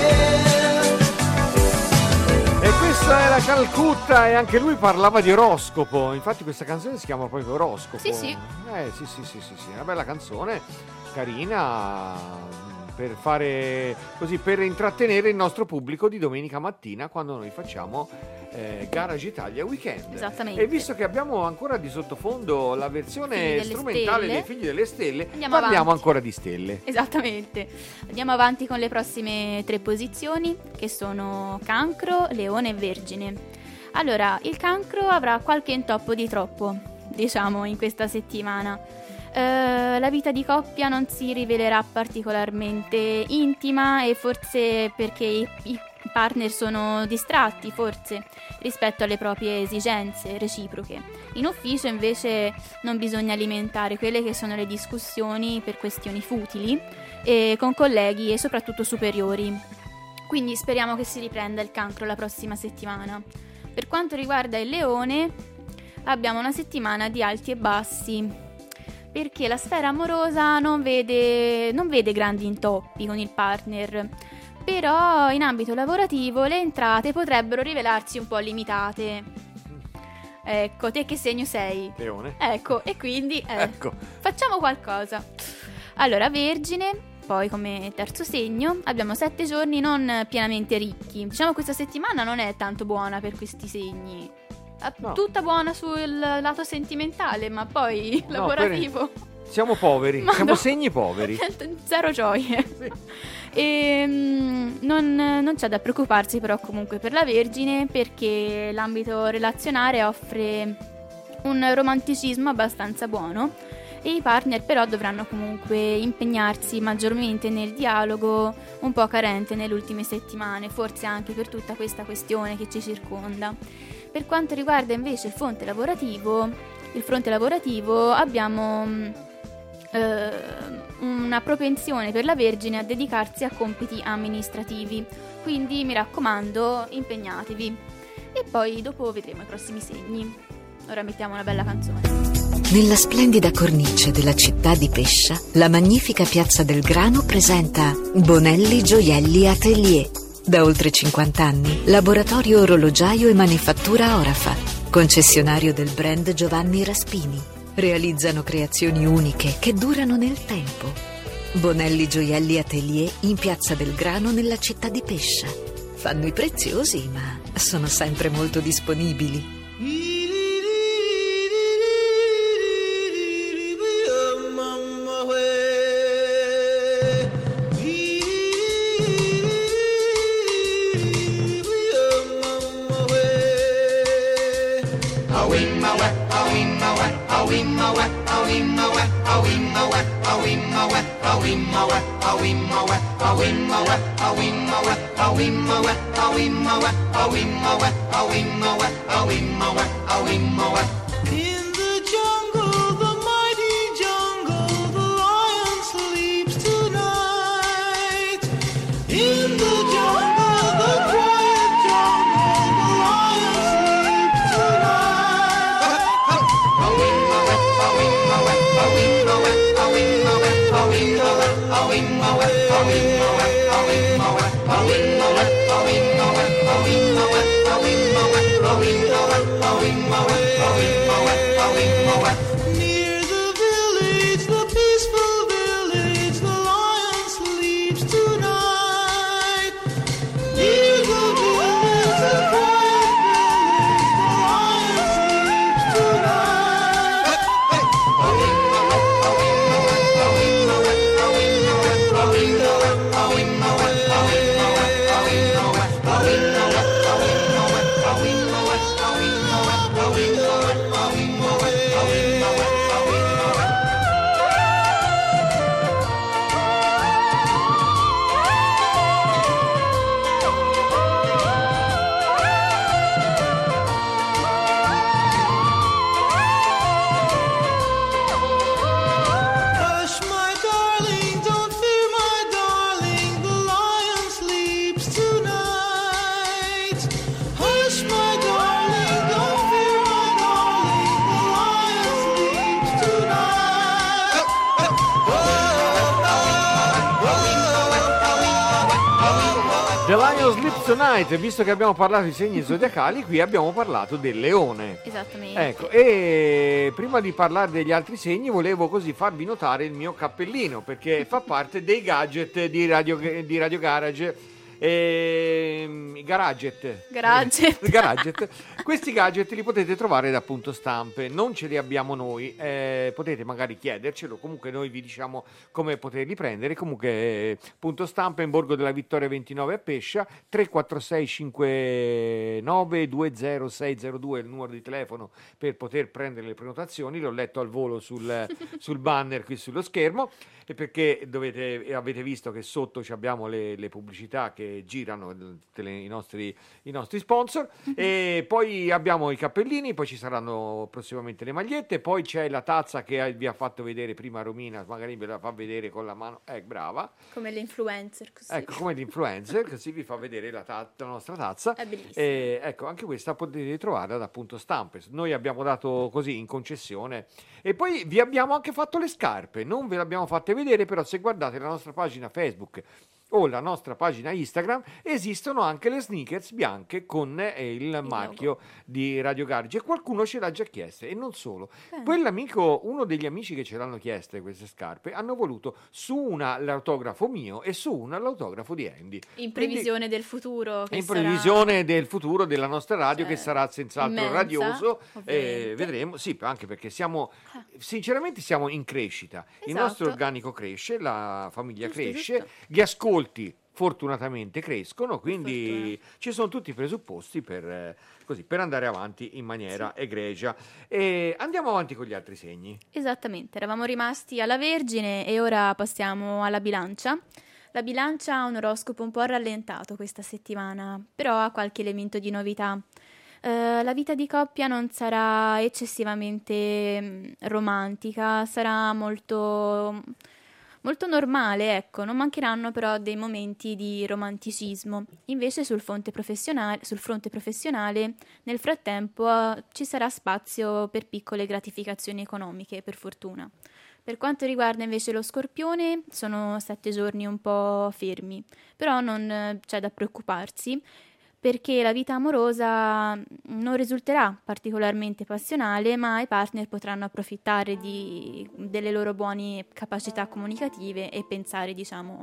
E questa era Calcutta e anche lui parlava di oroscopo. Infatti questa canzone si chiama proprio Oroscopo. Sì, sì. Sì, una bella canzone, carina, per fare così, per intrattenere il nostro pubblico di domenica mattina quando noi facciamo Garage Italia Weekend. Esattamente. E visto che abbiamo ancora di sottofondo la versione Figli delle strumentale Stelle, dei Figli delle Stelle, andiamo parliamo avanti. ancora di stelle. Esattamente. Andiamo avanti con le prossime 3 posizioni, che sono Cancro, Leone e Vergine. Allora, il Cancro avrà qualche intoppo di troppo, diciamo, in questa settimana. La vita di coppia non si rivelerà particolarmente intima, e forse perché i partner sono distratti, forse, rispetto alle proprie esigenze reciproche. In ufficio invece non bisogna alimentare quelle che sono le discussioni per questioni futili con colleghi e soprattutto superiori. Quindi speriamo che si riprenda il Cancro la prossima settimana. Per quanto riguarda il Leone, abbiamo una settimana di alti e bassi, perché la sfera amorosa non vede grandi intoppi con il partner, però in ambito lavorativo le entrate potrebbero rivelarsi un po' limitate. Ecco, te che segno sei? Leone. Ecco, e quindi Ecco. facciamo qualcosa. Allora, Vergine, poi come terzo segno abbiamo 7 giorni non pienamente ricchi. Diciamo questa settimana non è tanto buona per questi segni. No. Tutta buona sul lato sentimentale, ma poi lavorativo. Siamo poveri, Ma siamo no. segni poveri. Zero gioie. Sì. E non c'è da preoccuparsi però comunque per la Vergine, perché l'ambito relazionale offre un romanticismo abbastanza buono, e i partner però dovranno comunque impegnarsi maggiormente nel dialogo, un po' carente nelle ultime settimane, forse anche per tutta questa questione che ci circonda. Per quanto riguarda invece il fronte lavorativo abbiamo una propensione per la Vergine a dedicarsi a compiti amministrativi, quindi mi raccomando, impegnatevi. E poi dopo vedremo i prossimi segni. Ora mettiamo una bella canzone. Nella splendida cornice della città di Pescia, la magnifica Piazza del Grano presenta Bonelli Gioielli Atelier. Da oltre 50 anni, laboratorio orologiaio e manifattura Orafa, concessionario del brand Giovanni Raspini. Realizzano creazioni uniche che durano nel tempo. Bonelli Gioielli Atelier in Piazza del Grano nella città di Pescia. Fanno i preziosi, ma sono sempre molto disponibili. In the jungle, the mighty jungle, questo Sleep Tonight, visto che abbiamo parlato di segni zodiacali, qui abbiamo parlato del leone. Esattamente. Ecco, e prima di parlare degli altri segni volevo così farvi notare il mio cappellino, perché fa parte dei gadget di Radio Garage. Gadget. Questi gadget li potete trovare da Punto Stampe, non ce li abbiamo noi, potete magari chiedercelo, comunque noi vi diciamo come poterli prendere. Comunque Punto Stampe in Borgo della Vittoria 29 a Pescia, 346 59 20602 è il numero di telefono per poter prendere le prenotazioni. L'ho letto al volo sul banner qui sullo schermo, e perché avete visto che sotto abbiamo le pubblicità che girano, i nostri sponsor, e poi abbiamo i cappellini, poi ci saranno prossimamente le magliette, poi c'è la tazza che vi ha fatto vedere prima Romina, magari ve la fa vedere con la mano, brava, come l'influencer, così. Ecco, come l'influencer, così vi fa vedere la nostra tazza. È bellissimo. Ecco, anche questa potete trovarla da Punto Stampe, noi abbiamo dato così in concessione. E poi vi abbiamo anche fatto le scarpe, non ve le abbiamo fatte vedere, però se guardate la nostra pagina Facebook o la nostra pagina Instagram esistono anche le sneakers bianche con il marchio di Radio Garage, e qualcuno ce l'ha già chieste, e non solo. Uno degli amici che ce l'hanno chieste queste scarpe hanno voluto su una l'autografo mio e su una l'autografo di Andy, in previsione del futuro, previsione del futuro della nostra radio, che sarà senz'altro immensa, radioso, vedremo, sì, anche perché sinceramente siamo in crescita, il nostro organico cresce, la famiglia cresce, gli ascolti fortunatamente crescono, quindi ci sono tutti i presupposti per andare avanti in maniera egregia. E andiamo avanti con gli altri segni. Esattamente, eravamo rimasti alla Vergine e ora passiamo alla Bilancia. La Bilancia ha un oroscopo un po' rallentato questa settimana, però ha qualche elemento di novità. La vita di coppia non sarà eccessivamente romantica, sarà molto normale, ecco, non mancheranno però dei momenti di romanticismo. Invece sul fronte professionale, nel frattempo ci sarà spazio per piccole gratificazioni economiche, per fortuna. Per quanto riguarda invece lo Scorpione, sono 7 giorni un po' fermi, però non c'è da preoccuparsi, perché la vita amorosa non risulterà particolarmente passionale, ma i partner potranno approfittare delle loro buone capacità comunicative e pensare,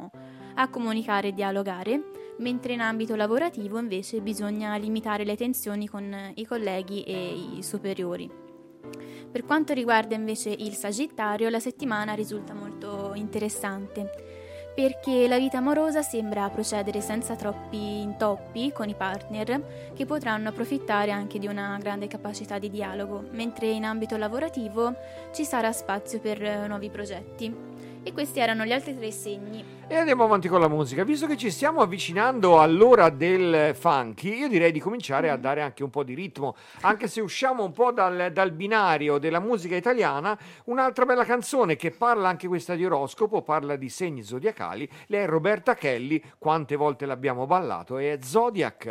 a comunicare e dialogare, mentre in ambito lavorativo invece bisogna limitare le tensioni con i colleghi e i superiori. Per quanto riguarda invece il Sagittario, la settimana risulta molto interessante, perché la vita amorosa sembra procedere senza troppi intoppi con i partner, che potranno approfittare anche di una grande capacità di dialogo, mentre in ambito lavorativo ci sarà spazio per nuovi progetti. E questi erano gli altri 3 segni. E andiamo avanti con la musica. Visto che ci stiamo avvicinando all'ora del funky, io direi di cominciare a dare anche un po' di ritmo, anche se usciamo un po' dal binario della musica italiana. Un'altra bella canzone che parla anche questa di oroscopo, parla di segni zodiacali. Lei è Roberta Kelly, quante volte l'abbiamo ballato, e è Zodiac.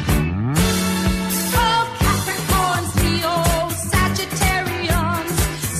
Oh, Capricorns, Leo, Sagittarians,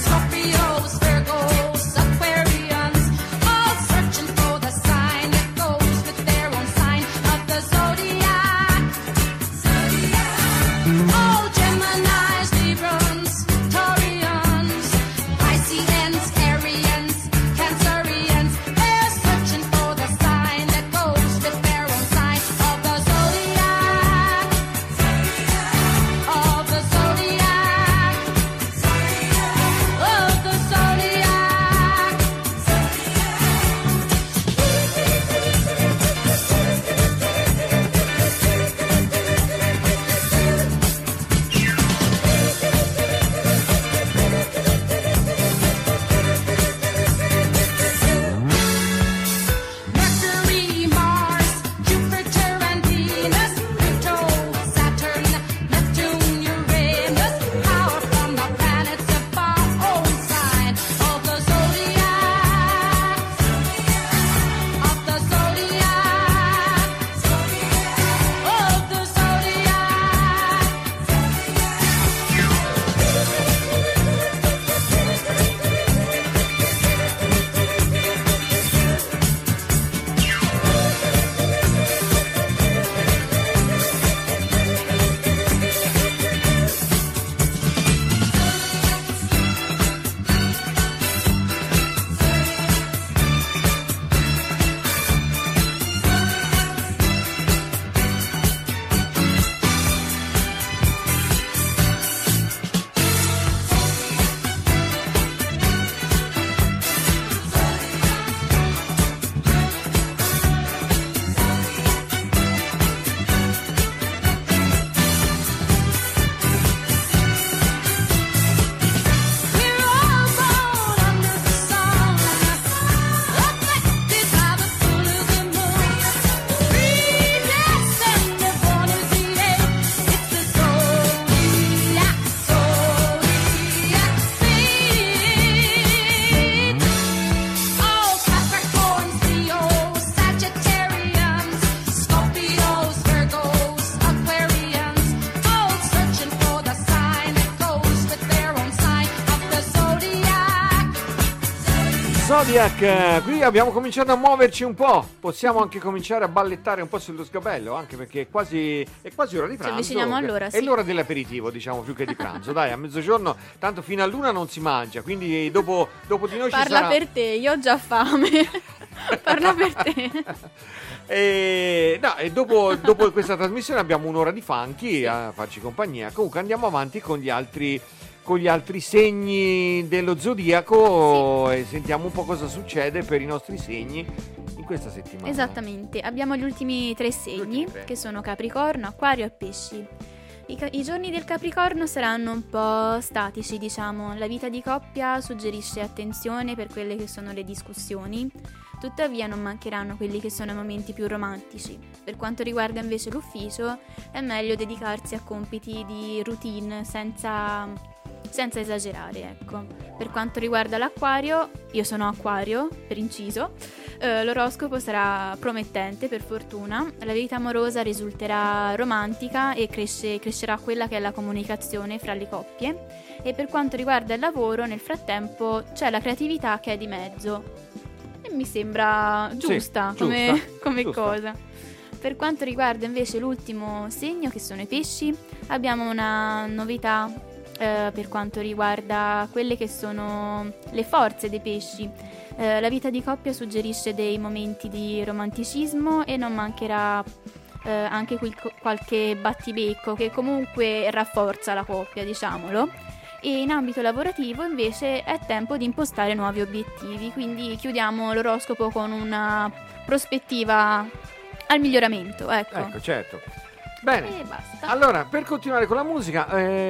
Zodiac, qui abbiamo cominciato a muoverci un po', possiamo anche cominciare a ballettare un po' sullo sgabello, anche perché è quasi ora di pranzo. Ci avviciniamo all'ora, sì. È l'ora dell'aperitivo, diciamo, più che di pranzo. Dai, a mezzogiorno, tanto fino all'una non si mangia, quindi dopo di noi Parla ci sarà... per te, io ho già fame. Parla per te. E dopo questa trasmissione abbiamo un'ora di funky a farci compagnia. Comunque andiamo avanti con gli altri segni dello zodiaco, sì. E sentiamo un po' cosa succede per i nostri segni in questa settimana. Esattamente, abbiamo gli ultimi 3 segni che sono Capricorno, Acquario e Pesci. I giorni del Capricorno saranno un po' statici, diciamo. La vita di coppia suggerisce attenzione per quelle che sono le discussioni, tuttavia non mancheranno quelli che sono i momenti più romantici. Per quanto riguarda invece l'ufficio, è meglio dedicarsi a compiti di routine senza esagerare, ecco. Per quanto riguarda l'Acquario, io sono Acquario, per inciso, l'oroscopo sarà promettente per fortuna, la vita amorosa risulterà romantica e crescerà quella che è la comunicazione fra le coppie, e per quanto riguarda il lavoro, nel frattempo c'è la creatività che è di mezzo e mi sembra giusta, come giusta. Cosa. Per quanto riguarda invece l'ultimo segno, che sono i Pesci, abbiamo una novità per quanto riguarda quelle che sono le forze dei Pesci. La vita di coppia suggerisce dei momenti di romanticismo e non mancherà anche qualche battibecco che comunque rafforza la coppia, diciamolo. E in ambito lavorativo invece è tempo di impostare nuovi obiettivi, quindi chiudiamo l'oroscopo con una prospettiva al miglioramento, ecco certo. Bene, e basta. Allora, per continuare con la musica,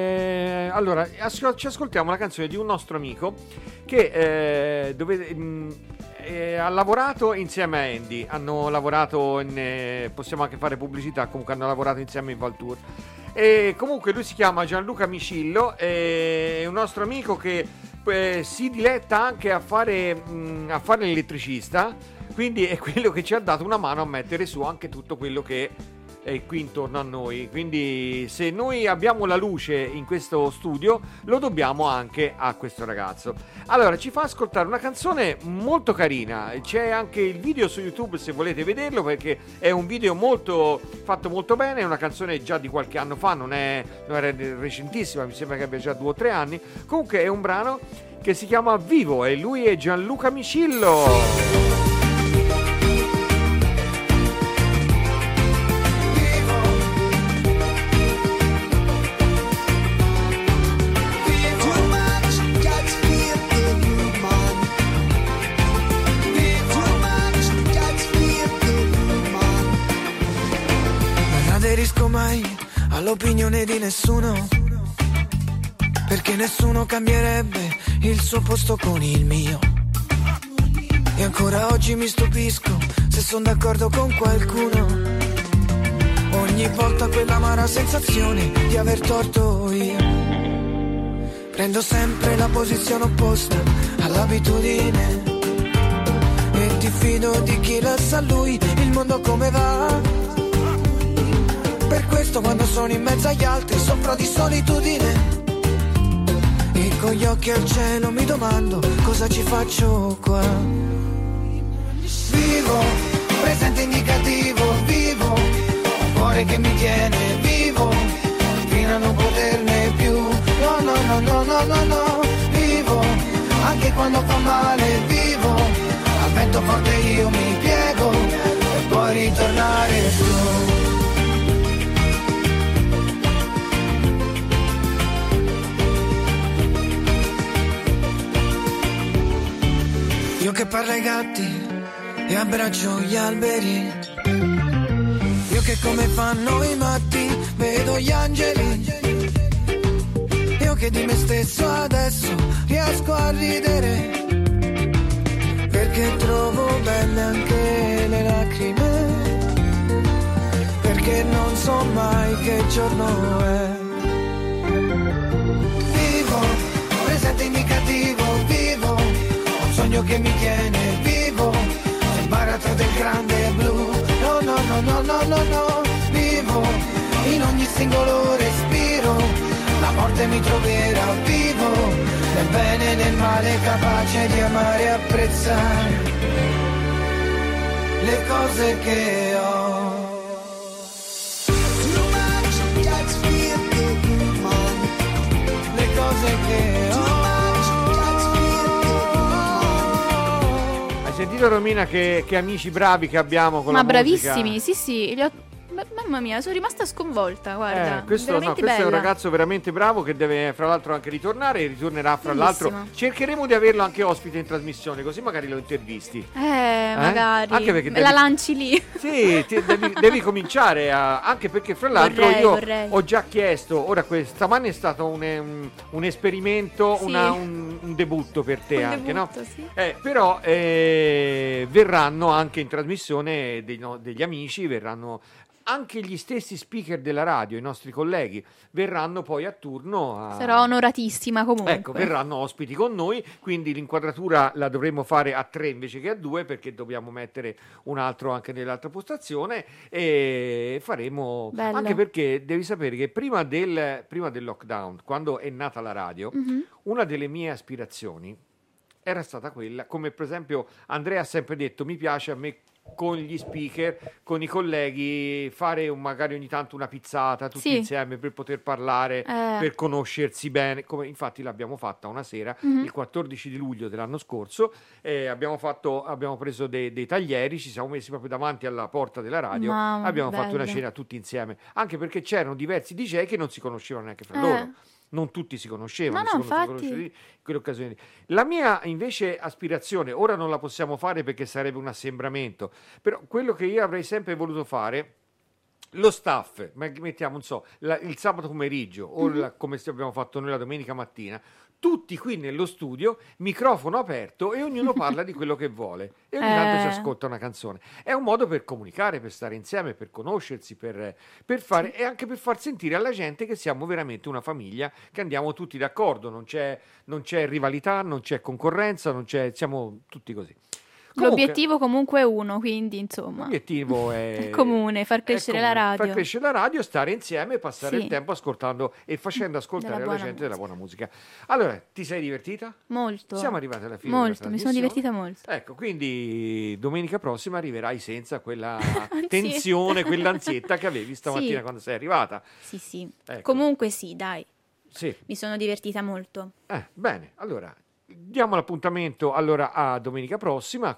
ci ascoltiamo la canzone di un nostro amico che ha lavorato insieme a Andy. Hanno lavorato possiamo anche fare pubblicità, comunque hanno lavorato insieme in Valtour. E comunque lui si chiama Gianluca Micillo, è un nostro amico che si diletta anche a fare l'elettricista, quindi è quello che ci ha dato una mano a mettere su anche tutto quello che è qui intorno a noi. Quindi se noi abbiamo la luce in questo studio, lo dobbiamo anche a questo ragazzo. Allora, ci fa ascoltare una canzone molto carina, c'è anche il video su YouTube se volete vederlo, perché è un video fatto molto bene, è una canzone già di qualche anno fa, non era recentissima, mi sembra che abbia già 2 o 3 anni. Comunque è un brano che si chiama Vivo e lui è Gianluca Micillo. Mai all'opinione di nessuno, perché nessuno cambierebbe il suo posto con il mio. E ancora oggi mi stupisco se sono d'accordo con qualcuno. Ogni volta quell'amara sensazione di aver torto io. Prendo sempre la posizione opposta all'abitudine e ti fido di chi la sa lui il mondo come va. Per questo quando sono in mezzo agli altri soffro di solitudine e con gli occhi al cielo mi domando cosa ci faccio qua. Vivo, presente indicativo, vivo, un cuore che mi tiene vivo, fino a non poterne più. No, no, no, no, no, no, no. Vivo, anche quando fa male, vivo, al vento forte io mi piego per poi ritornare su. Io che parlo ai gatti e abbraccio gli alberi, io che come fanno i matti vedo gli angeli, io che di me stesso adesso riesco a ridere, perché trovo belle anche le lacrime, perché non so mai che giorno è. Vivo, presente indicativo, vivo, sogno che mi tiene vivo, nel baratro del grande blu. No, no, no, no, no, no, no. Vivo, in ogni singolo respiro, la morte mi troverà vivo, nel bene e nel male, capace di amare e apprezzare le cose che ho. Le cose che ho. Hai sentito, Romina, che amici bravi che abbiamo con la musica? Ma bravissimi, sì, mamma mia, sono rimasta sconvolta, guarda. Questo è un ragazzo veramente bravo che deve fra l'altro anche ritornare, ritornerà fra Bellissimo. l'altro. Cercheremo di averlo anche ospite in trasmissione, così magari lo intervisti. Magari. Anche perché la lanci lì. Sì, devi cominciare anche perché fra l'altro vorrei. Ho già chiesto, ora stamani è stato un esperimento, Sì. un debutto per te, Un anche, debutto, no? sì. Però verranno anche in trasmissione degli amici, verranno anche gli stessi speaker della radio, i nostri colleghi, verranno poi a turno. Sarò onoratissima comunque. Ecco, verranno ospiti con noi, quindi l'inquadratura la dovremo fare a 3 invece che a 2 perché dobbiamo mettere un altro anche nell'altra postazione e faremo... Bello. Anche perché devi sapere che prima del lockdown, quando è nata la radio, una delle mie aspirazioni era stata quella, come per esempio Andrea ha sempre detto, mi piace a me con gli speaker, con i colleghi, fare magari ogni tanto una pizzata tutti insieme per poter parlare, per conoscersi bene, come infatti l'abbiamo fatta una sera il 14 di luglio dell'anno scorso, abbiamo preso dei taglieri, ci siamo messi proprio davanti alla porta della radio, abbiamo fatto una cena tutti insieme, anche perché c'erano diversi DJ che non si conoscevano neanche fra loro. Non tutti si conoscevano, si conoscevano in quell'occasione lì. La mia invece aspirazione, ora non la possiamo fare perché sarebbe un assembramento, però quello che io avrei sempre voluto fare, lo staff, mettiamo, non so, il sabato pomeriggio o come abbiamo fatto noi la domenica mattina, tutti qui nello studio, microfono aperto e ognuno parla di quello che vuole e ogni tanto si ascolta una canzone. È un modo per comunicare, per stare insieme, per conoscersi, per fare e anche per far sentire alla gente che siamo veramente una famiglia, che andiamo tutti d'accordo, non c'è rivalità, non c'è concorrenza, siamo tutti così. L'obiettivo comunque è uno, quindi insomma. L'obiettivo è comune, far crescere la radio. Far crescere la radio, stare insieme e passare il tempo ascoltando e facendo ascoltare alla gente della buona musica. Allora, ti sei divertita? Molto. Siamo arrivati alla fine. Molto, mi sono divertita molto. Ecco, quindi domenica prossima arriverai senza quella tensione, quell'ansietta che avevi stamattina quando sei arrivata. Sì. Ecco. Comunque sì, dai. Sì. Mi sono divertita molto. Bene, allora diamo l'appuntamento allora a domenica prossima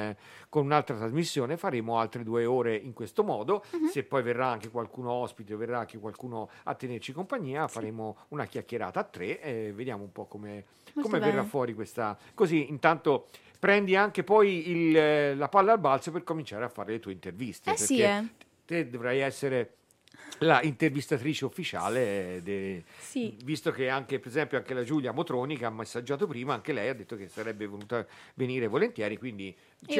con un'altra trasmissione, faremo altre 2 ore in questo modo, se poi verrà anche qualcuno ospite, verrà anche qualcuno a tenerci compagnia, faremo una chiacchierata a 3 e vediamo un po' come verrà fuori questa, così intanto prendi anche poi la palla al balzo per cominciare a fare le tue interviste, perché te dovrai essere la intervistatrice ufficiale visto che anche per esempio anche la Giulia Motroni che ha messaggiato prima, anche lei ha detto che sarebbe voluta venire volentieri, quindi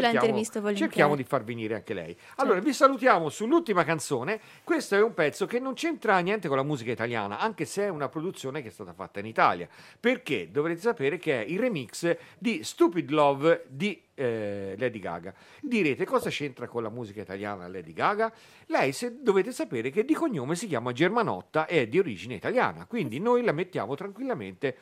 cerchiamo di far venire anche lei. Allora vi salutiamo sull'ultima canzone. Questo è un pezzo che non c'entra niente con la musica italiana, anche se è una produzione che è stata fatta in Italia, perché dovrete sapere che è il remix di Stupid Love di Lady Gaga. Direte, cosa c'entra con la musica italiana Lady Gaga? Lei dovete sapere che di cognome si chiama Germanotta e è di origine italiana, quindi noi la mettiamo tranquillamente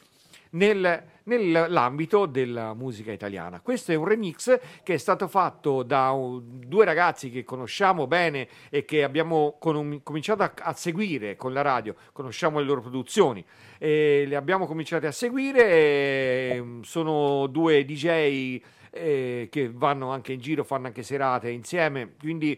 nell'ambito della musica italiana. Questo è un remix che è stato fatto da 2 ragazzi che conosciamo bene e che abbiamo cominciato a seguire con la radio, conosciamo le loro produzioni e le abbiamo cominciate a seguire, sono 2 DJ che vanno anche in giro, fanno anche serate insieme, quindi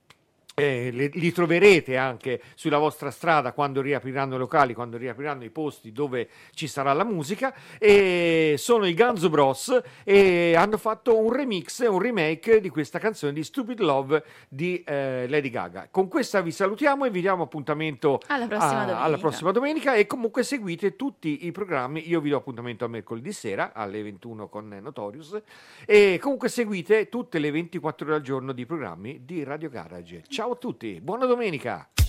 li troverete anche sulla vostra strada quando riapriranno i locali, quando riapriranno i posti dove ci sarà la musica, e sono i Gonzo Bros e hanno fatto un remix, un remake di questa canzone di Stupid Love di Lady Gaga. Con questa vi salutiamo e vi diamo appuntamento alla prossima domenica e comunque seguite tutti i programmi. Io vi do appuntamento a mercoledì sera alle 21 con Notorious e comunque seguite tutte le 24 ore al giorno di programmi di Radio Garage. Ciao a tutti, buona domenica!